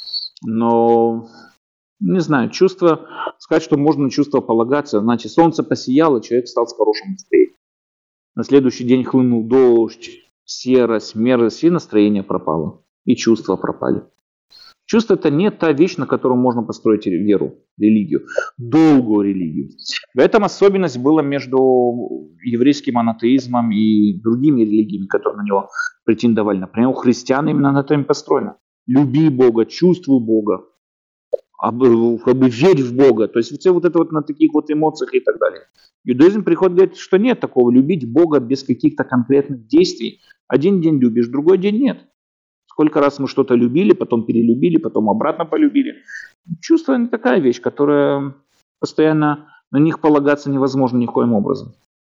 Но, не знаю, чувство, сказать, что можно на чувство полагаться, значит, солнце посияло, человек стал с хорошим настроением. На следующий день хлынул дождь, серость, мерзость, и настроение пропало, и чувства пропали. Чувство – это не та вещь, на которую можно построить веру, религию, долгую религию. В этом особенность была между еврейским монотеизмом и другими религиями, которые на него претендовали. Например, у христиан именно на этом построено. Люби Бога, чувствуй Бога, как бы верь в Бога. То есть все вот это вот на таких вот эмоциях и так далее. Иудаизм приходит говорит, что нет такого, любить Бога без каких-то конкретных действий. Один день любишь, другой день нет. Сколько раз мы что-то любили, потом перелюбили, потом обратно полюбили. Чувство – это такая вещь, которая постоянно на них полагаться невозможно никоим образом.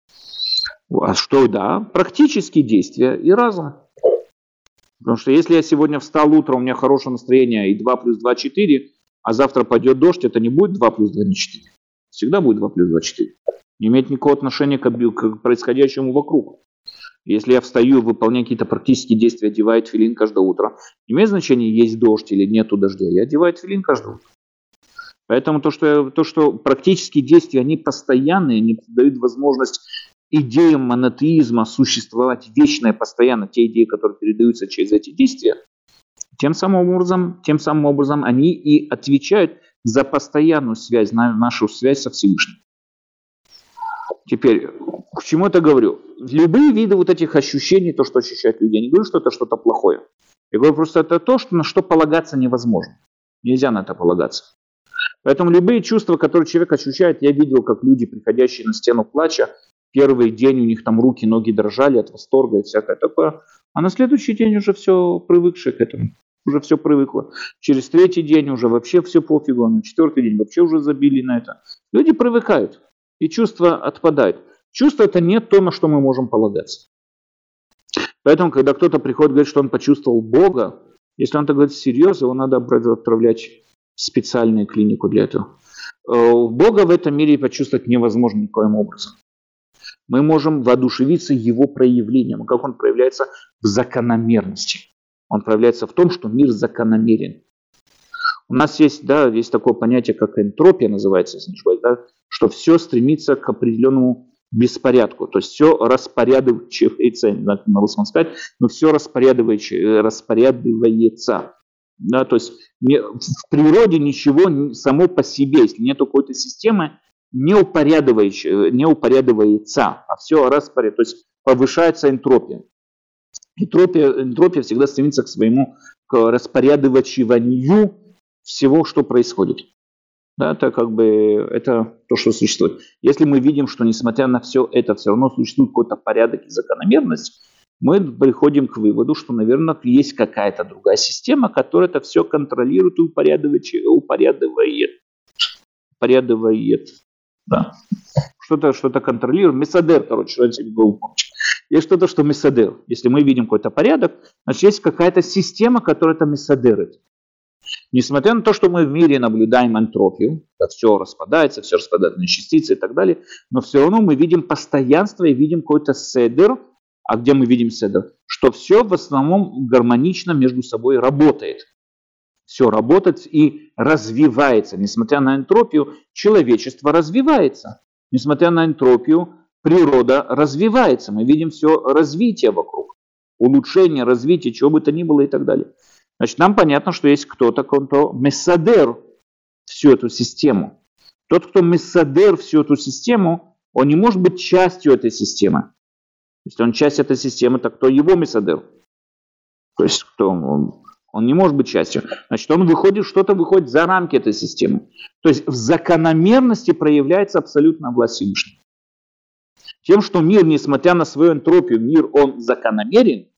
А что, да, практические действия и разум. Потому что если я сегодня встал утром, у меня хорошее настроение, и два плюс два – четыре, а завтра пойдет дождь, это не будет два плюс два не четыре. Всегда будет два плюс два – четыре. Не имеет никакого отношения к, к происходящему вокруг. Если я встаю и выполняю какие-то практические действия, одеваю тфилин каждое утро, не имеет значения, есть дождь или нету дождя. Я одеваю тфилин каждое утро. Поэтому то, что, я, то, что практические действия, они постоянные, они дают возможность идеям монотеизма существовать вечно и постоянно, те идеи, которые передаются через эти действия, тем самым образом, тем самым образом они и отвечают за постоянную связь, нашу связь со Всевышним. Теперь, к чему это говорю? Любые виды вот этих ощущений, то, что ощущают люди, я не говорю, что это что-то плохое. Я говорю просто, это то, что, на что полагаться невозможно. Нельзя на это полагаться. Поэтому любые чувства, которые человек ощущает, я видел, как люди, приходящие на стену плача, первый день у них там руки, ноги дрожали от восторга и всякое такое, а на следующий день уже все привыкшие к этому. Уже все привыкло. Через третий день уже вообще все пофигу, а на четвертый день вообще уже забили на это. Люди привыкают. И чувства отпадают. Чувство – это не то, на что мы можем полагаться. Поэтому, когда кто-то приходит и говорит, что он почувствовал Бога, если он так говорит всерьез, его надо отправлять в специальную клинику для этого. Бога в этом мире почувствовать невозможно никоим образом. Мы можем воодушевиться его проявлением. Как он проявляется? В закономерности. Он проявляется в том, что мир закономерен. У нас есть, да, есть такое понятие, как энтропия называется, если не ошибаюсь, да, что все стремится к определенному беспорядку. То есть все распорядочивается, не знаю, как на русском сказать, но все распорядывается. Да, то есть в природе ничего само по себе, если нет какой-то системы, не упорядочивается, не упорядочивается, а все распорядочивается. То есть повышается энтропия. Энтропия, энтропия всегда стремится к своему к распорядочиванию всего, что происходит. Да, это как бы это то, что существует. Если мы видим, что несмотря на все это, все равно существует какой-то порядок и закономерность, мы приходим к выводу, что, наверное, есть какая-то другая система, которая это все контролирует и упорядочивает. упорядочивает, упорядочивает, да. Что-то, что-то контролирует. Месадер, короче, что я тебе говорю. Есть что-то, что месадер. Если мы видим какой-то порядок, значит, есть какая-то система, которая это месадерит. Несмотря на то, что мы в мире наблюдаем энтропию, как все распадается, все распадается на частицы и так далее, но все равно мы видим постоянство и видим какой-то седер. А где мы видим седер? Что все в основном гармонично между собой работает. Все работает и развивается. Несмотря на энтропию, человечество развивается. Несмотря на энтропию, природа развивается. Мы видим все развитие вокруг. Улучшение, развитие, чего бы то ни было и так далее. Значит, нам понятно, что есть кто-то, кто месадер всю эту систему. Тот, кто месадер всю эту систему, он не может быть частью этой системы. Если он часть этой системы, то кто его месадер? То есть кто он? Он не может быть частью. Значит, он выходит, что-то выходит за рамки этой системы. То есть в закономерности проявляется абсолютная власть Всевышнего. Тем, что мир, несмотря на свою энтропию, мир, он закономерен,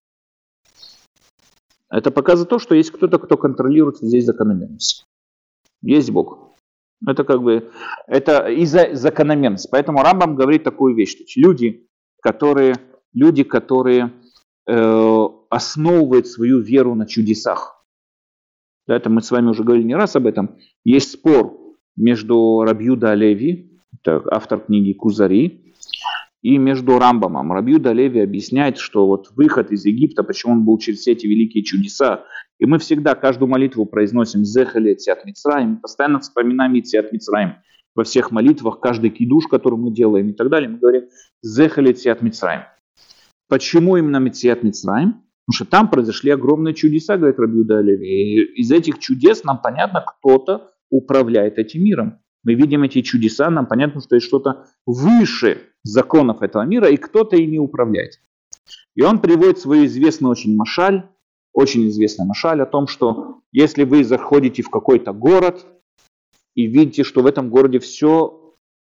это показывает то, что есть кто-то, кто контролирует здесь закономерность. Есть Бог. Это как бы, это из-за закономерности. Поэтому Рамбам говорит такую вещь, что люди, которые, люди, которые э, основывают свою веру на чудесах. Да, это мы с вами уже говорили не раз об этом. Есть спор между Раби Юда Алеви, это автор книги Кузари, и между Рамбамом. Раби Юда Алеви объясняет, что вот выход из Египта, почему он был через все эти великие чудеса. И мы всегда каждую молитву произносим «Зехаль Йециат Мицраим», мы постоянно вспоминаем Йециат Мицраим. Во всех молитвах, каждый кидуш, который мы делаем и так далее, мы говорим «Зехаль Йециат Мицраим». Почему именно Йециат Мицраим? Потому что там произошли огромные чудеса, говорит Раби Юда Алеви. И из этих чудес нам понятно, кто-то управляет этим миром. Мы видим эти чудеса, нам понятно, что есть что-то выше законов этого мира, и кто-то ими управляет. И он приводит свою известную очень машаль, очень известный машаль о том, что если вы заходите в какой-то город и видите, что в этом городе все,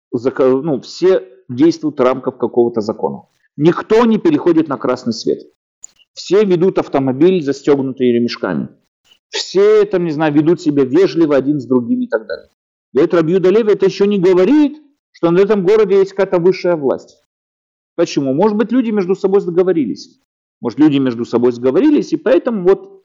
ну, все действуют в рамках какого-то закона. Никто не переходит на красный свет. Все ведут автомобиль, застегнутые ремешками. Все, там, не знаю, ведут себя вежливо один с другим и так далее. Говорит Раби Юда Алеви, это еще не говорит, что на этом городе есть какая-то высшая власть. Почему? Может быть, люди между собой сговорились. Может, люди между собой сговорились, и поэтому вот,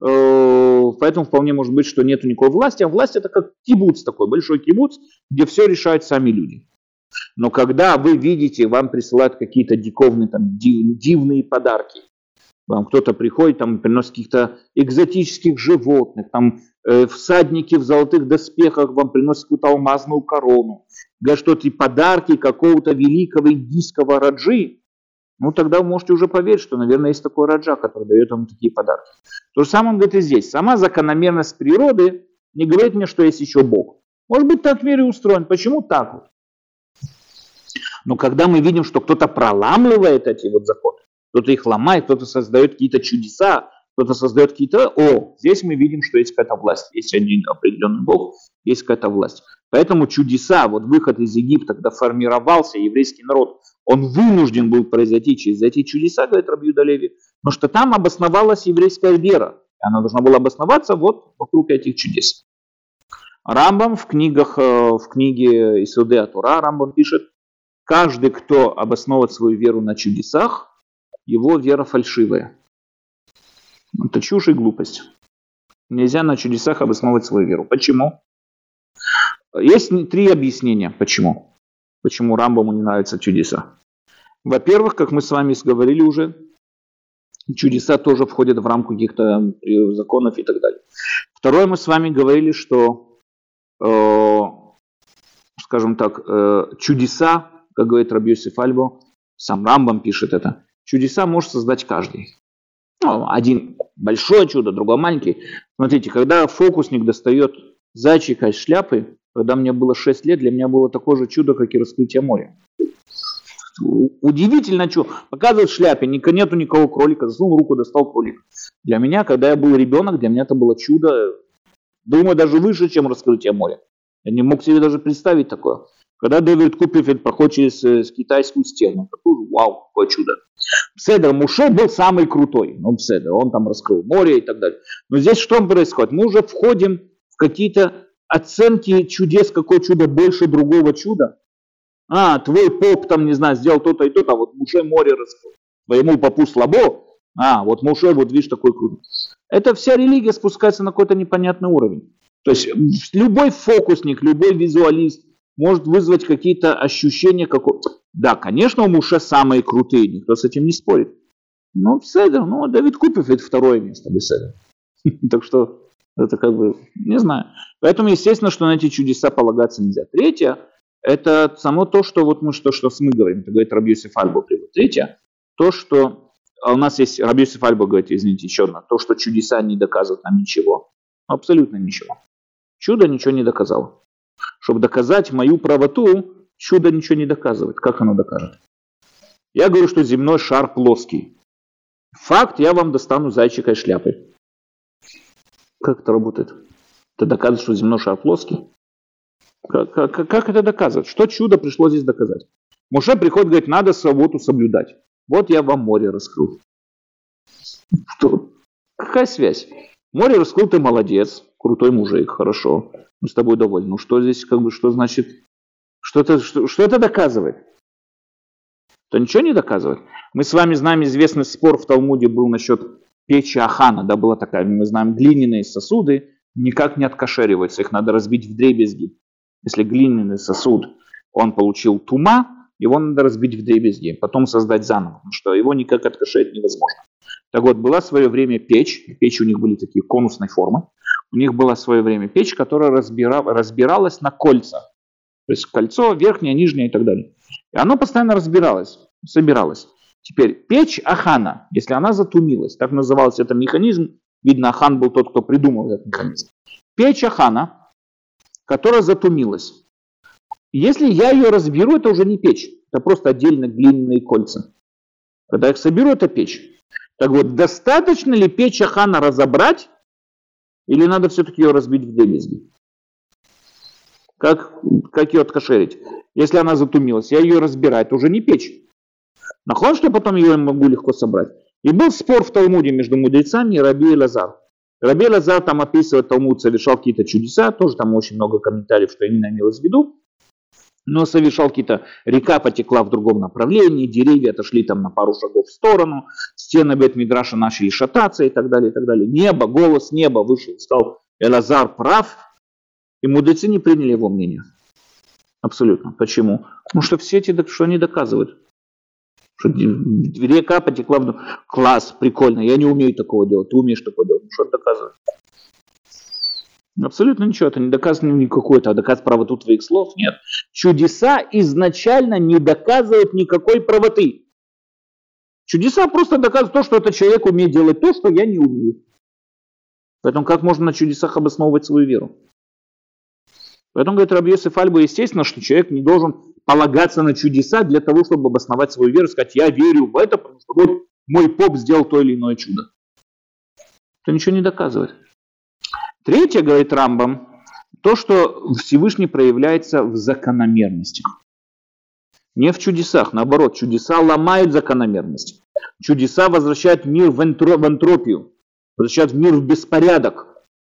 э, поэтому вполне может быть, что нет никакой власти, а власть это как кибуц такой, большой кибуц, где все решают сами люди. Но когда вы видите, вам присылают какие-то диковные, там, див, дивные подарки, вам кто-то приходит, там, приносит каких-то экзотических животных, там, э, всадники в золотых доспехах вам приносят какую-то алмазную корону, говорят, что эти подарки какого-то великого индийского раджи, ну, тогда вы можете уже поверить, что, наверное, есть такой раджа, который дает вам такие подарки. То же самое он говорит и здесь. Сама закономерность природы не говорит мне, что есть еще Бог. Может быть, так мир и устроен. Почему так вот? Но когда мы видим, что кто-то проламывает эти вот законы, кто-то их ломает, кто-то создает какие-то чудеса, кто-то создает какие-то... О, здесь мы видим, что есть какая-то власть. Есть один определенный Бог, есть какая-то власть. Поэтому чудеса, вот выход из Египта, когда формировался еврейский народ, он вынужден был произойти через эти чудеса, говорит Раби Юда Алеви, потому что там обосновалась еврейская вера. И она должна была обосноваться вот вокруг этих чудес. Рамбам в книгах, в книге Исудей ат-Тора Рамбам пишет, каждый, кто обосновывает свою веру на чудесах, его вера фальшивая. Это чушь и глупость. Нельзя на чудесах обосновывать свою веру. Почему? Есть три объяснения, почему. Почему Рамбаму не нравятся чудеса. Во-первых, как мы с вами говорили уже, чудеса тоже входят в рамку каких-то законов и так далее. Второе, мы с вами говорили, что, э, скажем так, э, чудеса, как говорит Раби Йосеф Альбо, сам Рамбам пишет это, чудеса может создать каждый. Ну, один большое чудо, другой маленький. Смотрите, когда фокусник достает зайчика из шляпы, когда мне было шесть лет, для меня было такое же чудо, как и раскрытие моря. Удивительно, что показывают в шляпе, нету никого кролика, засунул руку, достал кролика. Для меня, когда я был ребенок, для меня это было чудо, думаю, даже выше, чем раскрытие моря. Я не мог себе даже представить такое. Когда Дэвид Копперфильд проходит через э, китайскую стену, такой, вау, какое чудо. Пседер Моше был самый крутой. Ну, Пседер, он там раскрыл море и так далее. Но здесь что происходит? Мы уже входим в какие-то оценки чудес, какое чудо больше другого чуда. А, твой поп там, не знаю, сделал то-то и то-то, а вот Моше море раскрыл. Твоему попу слабо, а, вот Моше, вот видишь, такой крутой. Это вся религия спускается на какой-то непонятный уровень. То есть любой фокусник, любой визуалист может вызвать какие-то ощущения, какого... Да, конечно, у Моше самые крутые, никто с этим не спорит. Но Седер, ну, Дэвид Копперфильд второе место без Седера. Так что это как бы, не знаю. Поэтому, естественно, что на эти чудеса полагаться нельзя. Третье, это само то, что вот мы что, что мы говорим, это говорит Раби Йосеф Альбо. Третье, то, что а у нас есть, Раби Йосеф Альбо говорит, извините, еще одно, то, что чудеса не доказывают нам ничего. Абсолютно ничего. Чудо ничего не доказало. Чтобы доказать мою правоту, чудо ничего не доказывает. Как оно докажет? Я говорю, что земной шар плоский. Факт, я вам достану зайчика из шляпы. Как это работает? Это доказывает, что земной шар плоский? Как, как, как это доказывает? Что чудо пришло здесь доказать? Моше приходит, говорит, надо субботу соблюдать. Вот я вам море раскрыл. Что? Какая связь? Море раскрыл, ты молодец, крутой мужик, хорошо. Мы с тобой довольны. Ну что здесь, как бы, что значит? Что это, что, что это доказывает? Это ничего не доказывает. Мы с вами знаем, известный спор в Талмуде был насчет печи Ахана. Да, была такая, мы знаем, глиняные сосуды никак не откашериваются. Их надо разбить вдребезги. Если глиняный сосуд, он получил тума, его надо разбить вдребезги, потом создать заново, потому что его никак откашерить невозможно. Так вот, была в свое время печь, печи у них были такие конусной формы, у них была в свое время печь, которая разбира, разбиралась на кольца. То есть кольцо, верхнее, нижнее и так далее. И оно постоянно разбиралось, собиралось. Теперь печь Ахана, если она затумилась, так назывался этот механизм, видно, Ахан был тот, кто придумал этот механизм. Печь Ахана, которая затумилась. Если я ее разберу, это уже не печь, это просто отдельно глиняные кольца. Когда я их соберу, это печь. Так вот, достаточно ли печь Ахана разобрать, или надо все-таки ее разбить в дребезги? Как, как ее откашерить? Если она затумилась, я ее разбираю, это уже не печь. Нахон, что потом ее могу легко собрать. И был спор в Талмуде между мудрецами и Раби Элазар. Раби Элазар там описывает, Талмуд совершал какие-то чудеса, тоже там очень много комментариев, что именно имелось в виду. Но совершал какие-то, река потекла в другом направлении, деревья отошли там на пару шагов в сторону, стены Бет-Мидраша начали шататься и так далее, и так далее. Небо, голос неба вышел, сказал, Элазар прав, и мудрецы не приняли его мнение. Абсолютно. Почему? Потому что все эти, что они доказывают? Что река потекла в... Класс, прикольно, я не умею такого делать, ты умеешь такое делать. Что это доказывает? Абсолютно ничего, это не доказано никакое, это доказывает правоту твоих слов, нет. Чудеса изначально не доказывают никакой правоты. Чудеса просто доказывают то, что этот человек умеет делать то, что я не умею. Поэтому как можно на чудесах обосновывать свою веру? Поэтому, говорит Раби Йосеф Альбо, естественно, что человек не должен полагаться на чудеса для того, чтобы обосновать свою веру, сказать, я верю в это, потому что вот мой поп сделал то или иное чудо. Это ничего не доказывает. Третье, говорит Рамбам, то, что Всевышний проявляется в закономерностях. Не в чудесах, наоборот, чудеса ломают закономерность. Чудеса возвращают мир в, энтро, в энтропию, возвращают мир в беспорядок.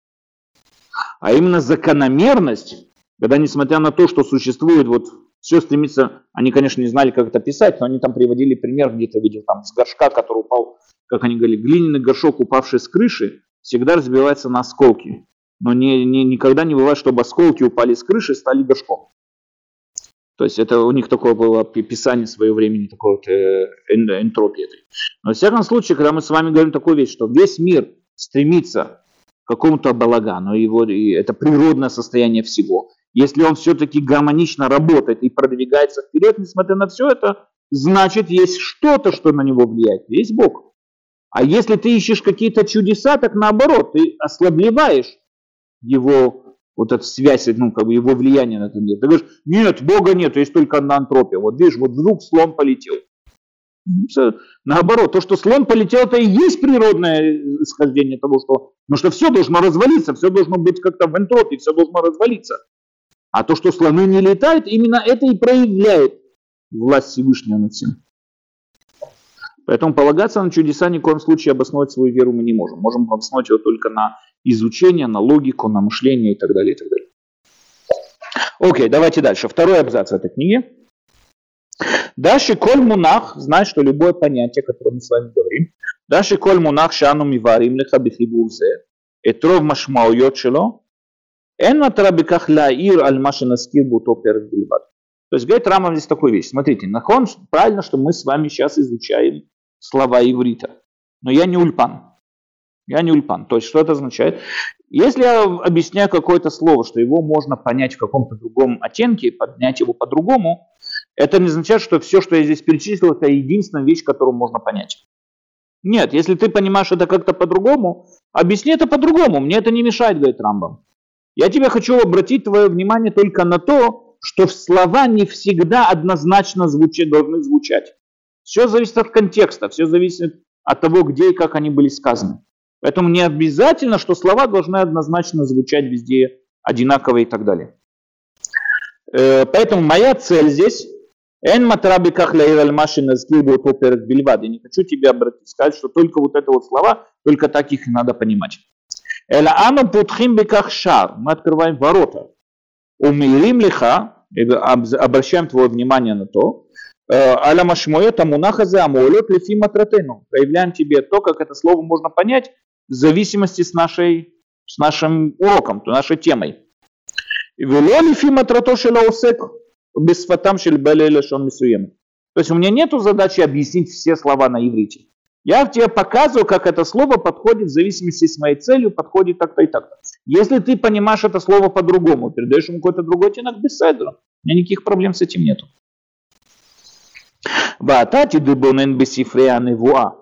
А именно закономерность, когда несмотря на то, что существует, вот все стремится, они, конечно, не знали, как это писать, но они там приводили пример, где-то видел, там, с горшка, который упал, как они говорили, глиняный горшок, упавший с крыши, всегда разбивается на осколки. Но не, не, никогда не бывает, чтобы осколки упали с крыши и стали горшком. То есть это у них такое было писание в свое время, такой вот э, энтропии. Но во всяком случае, когда мы с вами говорим такую вещь, что весь мир стремится к какому-то балагану, его, и это природное состояние всего. Если он все-таки гармонично работает и продвигается вперед, несмотря на все это, значит есть что-то, что на него влияет. Есть Бог. А если ты ищешь какие-то чудеса, так наоборот, ты ослабливаешь его вот эту связь, ну, как бы его влияние на этот мир. Ты говоришь, нет, Бога нет, есть только одна антропия. Вот видишь, вот вдруг слон полетел. Наоборот, то, что слон полетел, это и есть природное исхождение того, что... Потому что все должно развалиться, все должно быть как-то в энтропии, все должно развалиться. А то, что слоны не летают, именно это и проявляет власть Всевышнего над всем. Поэтому полагаться на чудеса ни в коем случае обосновать свою веру мы не можем. Можем обосновать его только на изучение, на логику, на мышление и так далее, и так далее. Окей, давайте дальше. Второй абзац этой книги. Даши коль мунах, знай, что любое понятие, которое мы с вами говорим, даши коль мунах шану миварим леха бихибур зе, этров машмауйот шело, эн матара беках лаир аль маша наскир буто перед бильбад. То есть говорит Рамбам здесь такую вещь. Смотрите, нахон, правильно, что мы с вами сейчас изучаем слова иврита. Но я не ульпан. Я не ульпан. То есть что это означает? Если я объясняю какое-то слово, что его можно понять в каком-то другом оттенке, поднять его по-другому, это не означает, что все, что я здесь перечислил, это единственная вещь, которую можно понять. Нет, если ты понимаешь это как-то по-другому, объясни это по-другому. Мне это не мешает, говорит Рамбам. Я тебе хочу обратить твое внимание только на то, что слова не всегда однозначно звучат, должны звучать. Все зависит от контекста, все зависит от того, где и как они были сказаны. Поэтому не обязательно, что слова должны однозначно звучать везде одинаково и так далее. Поэтому моя цель здесь, я не хочу тебе обратить, сказать, что только вот это вот слова, только так их и надо понимать. Мы открываем ворота. Умирим лиха, обращаем твое внимание на то, аля машмоэта мунахазе амолет лифи матратену. Проявляем тебе то, как это слово можно понять в зависимости с, нашей, с нашим уроком, с нашей темой. Вело лифи матрато шела усек бисфатам шель бале лешон мисуем. То есть у меня нету задачи объяснить все слова на иврите. Я тебе показываю, как это слово подходит в зависимости с моей целью, подходит так-то и так-то. Если ты понимаешь это слово по-другому, передаешь ему какой-то другой оттенок, без седра. У меня никаких проблем с этим нету. Ваатати дыбонен бесифре аневуа.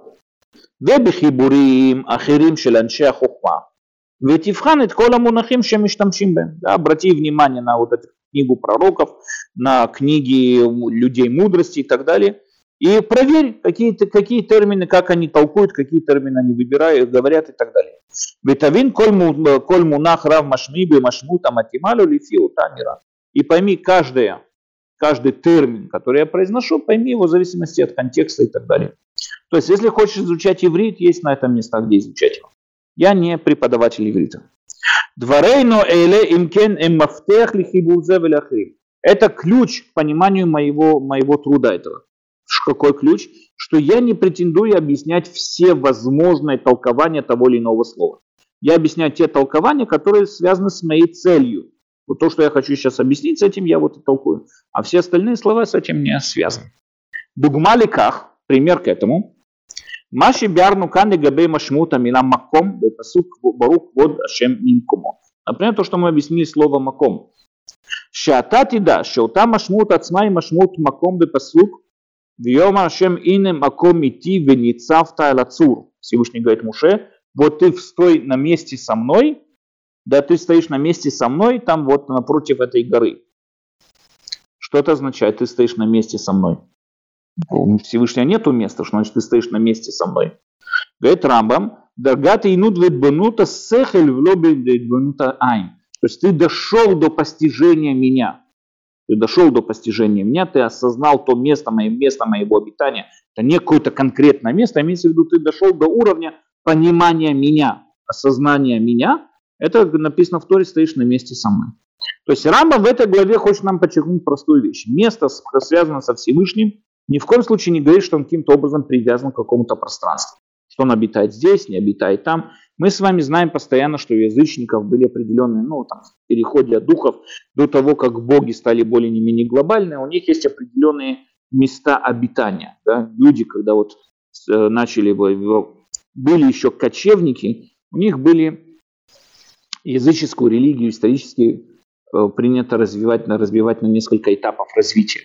Вебихибурим ахирим шел аншей ахохма. Ветивхан эт кола мунахим шемиштамшим бем. Обрати внимание на вот эту книгу пророков, на книги людей мудрости и так далее. И проверь, какие, какие термины, как они толкуют, какие термины они выбирают, говорят и так далее. Ветавин коль мунах рав машми бе машмут аматималю лифи утамира. И пойми каждое, каждый термин, который я произношу, пойми его в зависимости от контекста и так далее. То есть, если хочешь изучать иврит, есть на этом места, где изучать его. Я не преподаватель иврита. Дварейно эйле имкен эм мафтех лихибур зе веляхрим. Это ключ к пониманию моего, моего труда этого. Какой ключ? Что я не претендую объяснять все возможные толкования того или иного слова. Я объясняю те толкования, которые связаны с моей целью. Вот то, что я хочу сейчас объяснить, с этим я вот и толкую. А все остальные слова с этим не связаны. Дугмаликах, пример к этому. Маши бярну каны габей машмута мила маком бепасук барук вод ашем минкумо. Например, то, что мы объяснили слово маком. Шатати да, шоута машмут ацмай машмут маком бепасук. Вьома ашем ине маком идти веницавта алацур. Всевышний говорит Муше, вот ты стой на месте со мной, да ты стоишь на месте со мной, там вот напротив этой горы. Что это означает, ты стоишь на месте со мной? У Всевышнего нету места, что значит ты стоишь на месте со мной. Говорит Рамбам, даргата инут ведбанута сехель в лобе ведбанута айн. То есть ты дошел до постижения меня. Ты дошел до постижения меня, ты осознал то место, мое место моего обитания. Это не какое-то конкретное место, а имеется в виду, ты дошел до уровня понимания меня, осознания меня. Это написано в Торе, стоишь на месте со мной. То есть Рамбам в этой главе хочет нам подчеркнуть простую вещь. Место связано со Всевышним. Ни в коем случае не говорит, что он каким-то образом привязан к какому-то пространству. Что он обитает здесь, не обитает там. Мы с вами знаем постоянно, что у язычников были определенные, ну, там, в переходе от духов до того, как боги стали более не менее глобальные, у них есть определенные места обитания. Да? Люди, когда вот начали, были еще кочевники, у них были языческую религию исторически принято развивать, развивать на несколько этапов развития.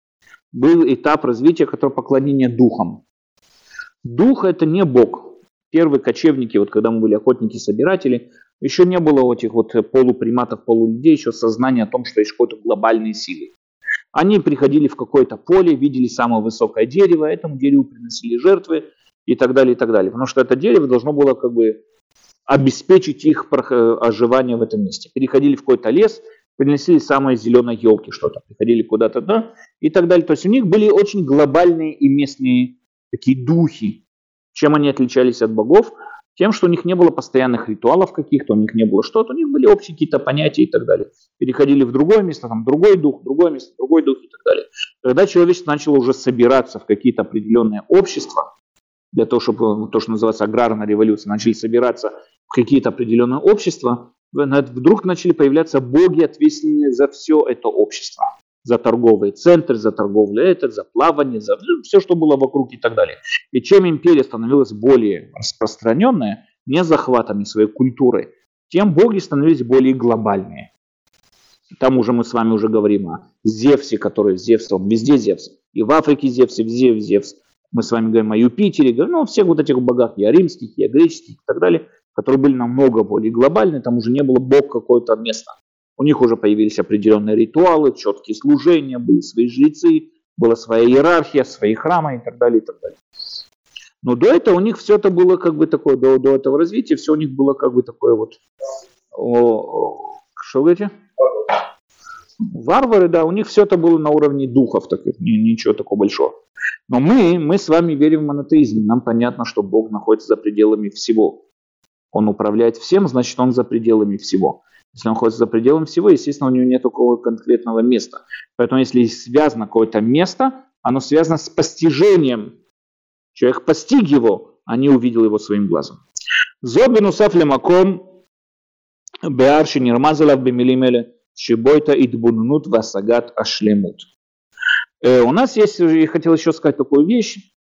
Был этап развития, который поклонение духам. Дух — это не Бог. Первые кочевники, вот когда мы были охотники-собиратели, еще не было этих вот полуприматов, полулюдей, еще сознания о том, что есть какие-то глобальные силы. Они приходили в какое-то поле, видели самое высокое дерево, этому дереву приносили жертвы и так далее, и так далее. Потому что это дерево должно было как бы обеспечить их оживание в этом месте. Переходили в какой-то лес, принесли самые зеленые елки, что-то, приходили куда-то, да, и так далее. То есть у них были очень глобальные и местные такие духи. Чем они отличались от богов? Тем, что у них не было постоянных ритуалов каких-то, у них не было что-то, у них были общие какие-то понятия и так далее. Переходили в другое место, там другой дух, другое место, другой дух и так далее. Когда человечество начало уже собираться в какие-то определенные общества, для того, чтобы то, что называется аграрная революция, начали собираться в какие-то определенные общества, вдруг начали появляться боги, ответственные за все это общество. За торговые центры, за торговлю этот, за плавание, за все, что было вокруг и так далее. И чем империя становилась более распространенная, не захватами своей культуры, тем боги становились более глобальные. Там уже мы с вами уже говорим о Зевсе, который Зевс, он везде Зевс. И в Африке Зевс, и везде Зевс. Мы с вами говорим о Юпитере, говорим, ну, о всех вот этих богах, и о римских, и о греческих и так далее, которые были намного более глобальные, там уже не было бог какое-то место. У них уже появились определенные ритуалы, четкие служения, были свои жрецы, была своя иерархия, свои храмы и так далее, и так далее. Но до этого у них все это было как бы такое, до, до этого развития, все у них было как бы такое вот, о, что говорите? Варвары, да, у них все это было на уровне духов, таких, ничего такого большого. Но мы, мы с вами верим в монотеизм, нам понятно, что Бог находится за пределами всего. Он управляет всем, значит, он за пределами всего. Если он находится за пределами всего, естественно, у него нет такого конкретного места. Поэтому, если связано какое-то место, оно связано с постижением. Человек постиг его, а не увидел его своим глазом. Зод бенусаф лемаком беарши нирмазалав бемилимеле шибойта идбуннут васагат ашлемут. У нас есть, я хотел еще сказать такую вещь,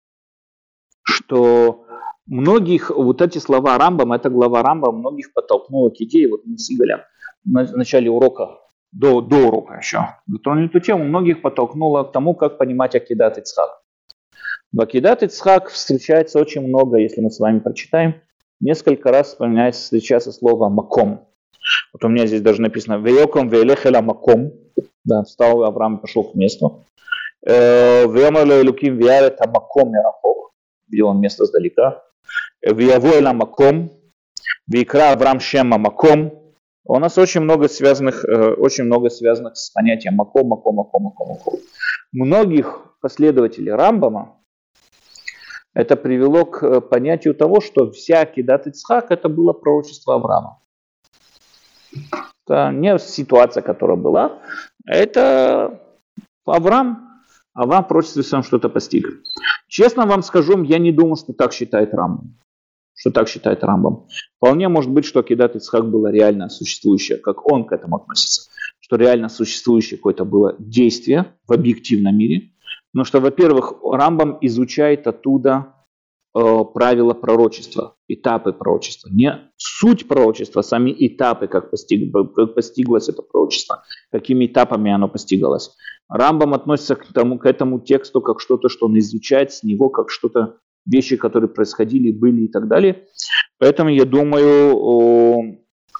что многих, вот эти слова Рамбама, эта глава Рамбама многих подтолкнула к идее, вот мы с Игорем в начале урока, до, до урока еще, затронули эту тему, многих подтолкнула к тому, как понимать Акидат Ицхак. В Акидат Ицхак встречается очень много, если мы с вами прочитаем, несколько раз вспоминается, встречается слово «маком». Вот у меня здесь даже написано «Веёком веэлехеля маком», да, встал Авраам и пошел к месту. «Веёмер леэлуким веярет амаком мерахок», видел он место сдалека. «Веяво эля маком», «Веикра Авраам шема маком». У нас очень много связанных, очень много связанных с понятием маком, маком, маком, маком, маком. Многих последователей Рамбама это привело к понятию того, что вся Акидат Ицхак это было пророчество Авраама. Это не ситуация, которая была, это Авраам. Авраам в пророчестве сам что-то постиг. Честно вам скажу, я не думаю, что так считает Рамбам. Что так считает Рамбам. Вполне может быть, что Акидат Ицхак было реально существующее, как он к этому относится. Что реально существующее какое-то было действие в объективном мире. Но что, во-первых, Рамбам изучает оттуда э, правила пророчества, этапы пророчества. Не суть пророчества, а сами этапы, как, постиг, как постиглось это пророчество, какими этапами оно постигалось. Рамбам относится к, тому, к этому тексту как что-то, что он изучает с него, как что-то, вещи, которые происходили, были и так далее. Поэтому я думаю,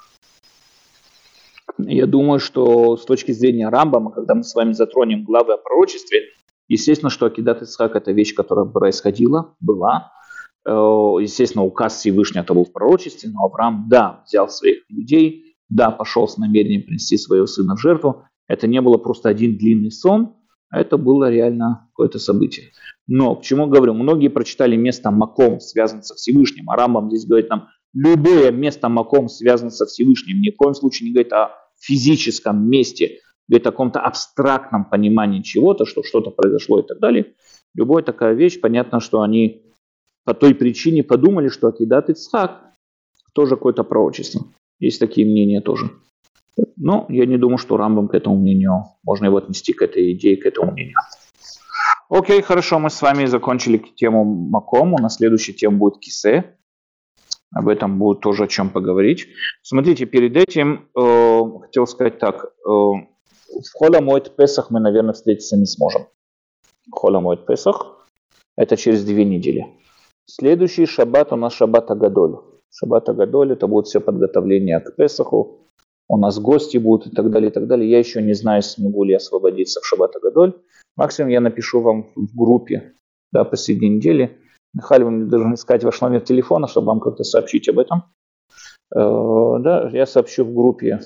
я думаю, что с точки зрения Рамбама, когда мы с вами затронем главы о пророчестве, естественно, что Акидат Ицхак это вещь, которая происходила, была. Естественно, указ Всевышнего это был в пророчестве, но Авраам, да, взял своих людей, да, пошел с намерением принести своего сына в жертву. Это не было просто один длинный сон, это было реально какое-то событие. Но, к чему говорю, многие прочитали место Маком, связанное со Всевышним, а Рамбам здесь говорит нам, любое место Маком связано со Всевышним, ни в коем случае не говорит о физическом месте, говорит о каком-то абстрактном понимании чего-то, что что-то произошло и так далее. Любая такая вещь, понятно, что они по той причине подумали, что Акидат Ицхак тоже какое-то пророчество. Есть такие мнения тоже. Но я не думаю, что Рамбам к этому мнению, можно его отнести к этой идее, к этому мнению. Окей, хорошо, мы с вами закончили тему Маком, у нас следующая тема будет Кисе. Об этом будет тоже о чем поговорить. Смотрите, перед этим э, хотел сказать так, э, в Хол ха-Моэд Песах мы, наверное, встретиться не сможем. Хол ха-Моэд Песах это через две недели. Следующий шаббат у нас шаббат Агадоль. Шаббат Агадоль это будет все подготовление к Песаху. У нас гости будут и так далее, и так далее. Я еще не знаю, смогу ли я освободиться в шаббат Агадоль. Максимум я напишу вам в группе, да, посреди недели. Михаил, вы мне должны искать ваш номер телефона, чтобы вам как-то сообщить об этом. Э, да, я сообщу в группе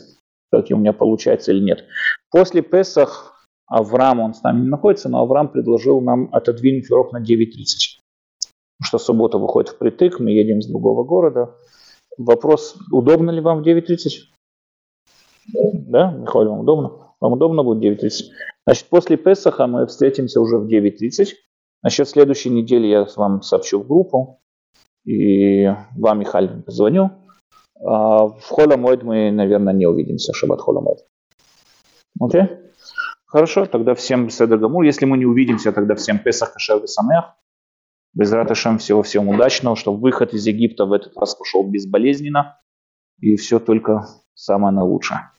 как у меня получается или нет. После Песах Авраам, он с нами не находится, но Авраам предложил нам отодвинуть урок на девять тридцать. Потому что суббота выходит впритык, мы едем с другого города. Вопрос, удобно ли вам в девять тридцать? Да, Михаил, вам удобно? Вам удобно будет девять тридцать? Значит, после Песаха мы встретимся уже в девять тридцать. Значит, в следующей неделе я вам сообщу в группу. И вам, Михаил, позвоню. А в Холомойд мы, наверное, не увидимся, Шаббат Холомойд. Окей? Хорошо, тогда всем Седер Гамур. Если мы не увидимся, тогда всем Песах Кашер Весамех. Безрат Ашем, всего всем удачного, чтобы выход из Египта в этот раз пошел безболезненно. И все только самое наилучшее.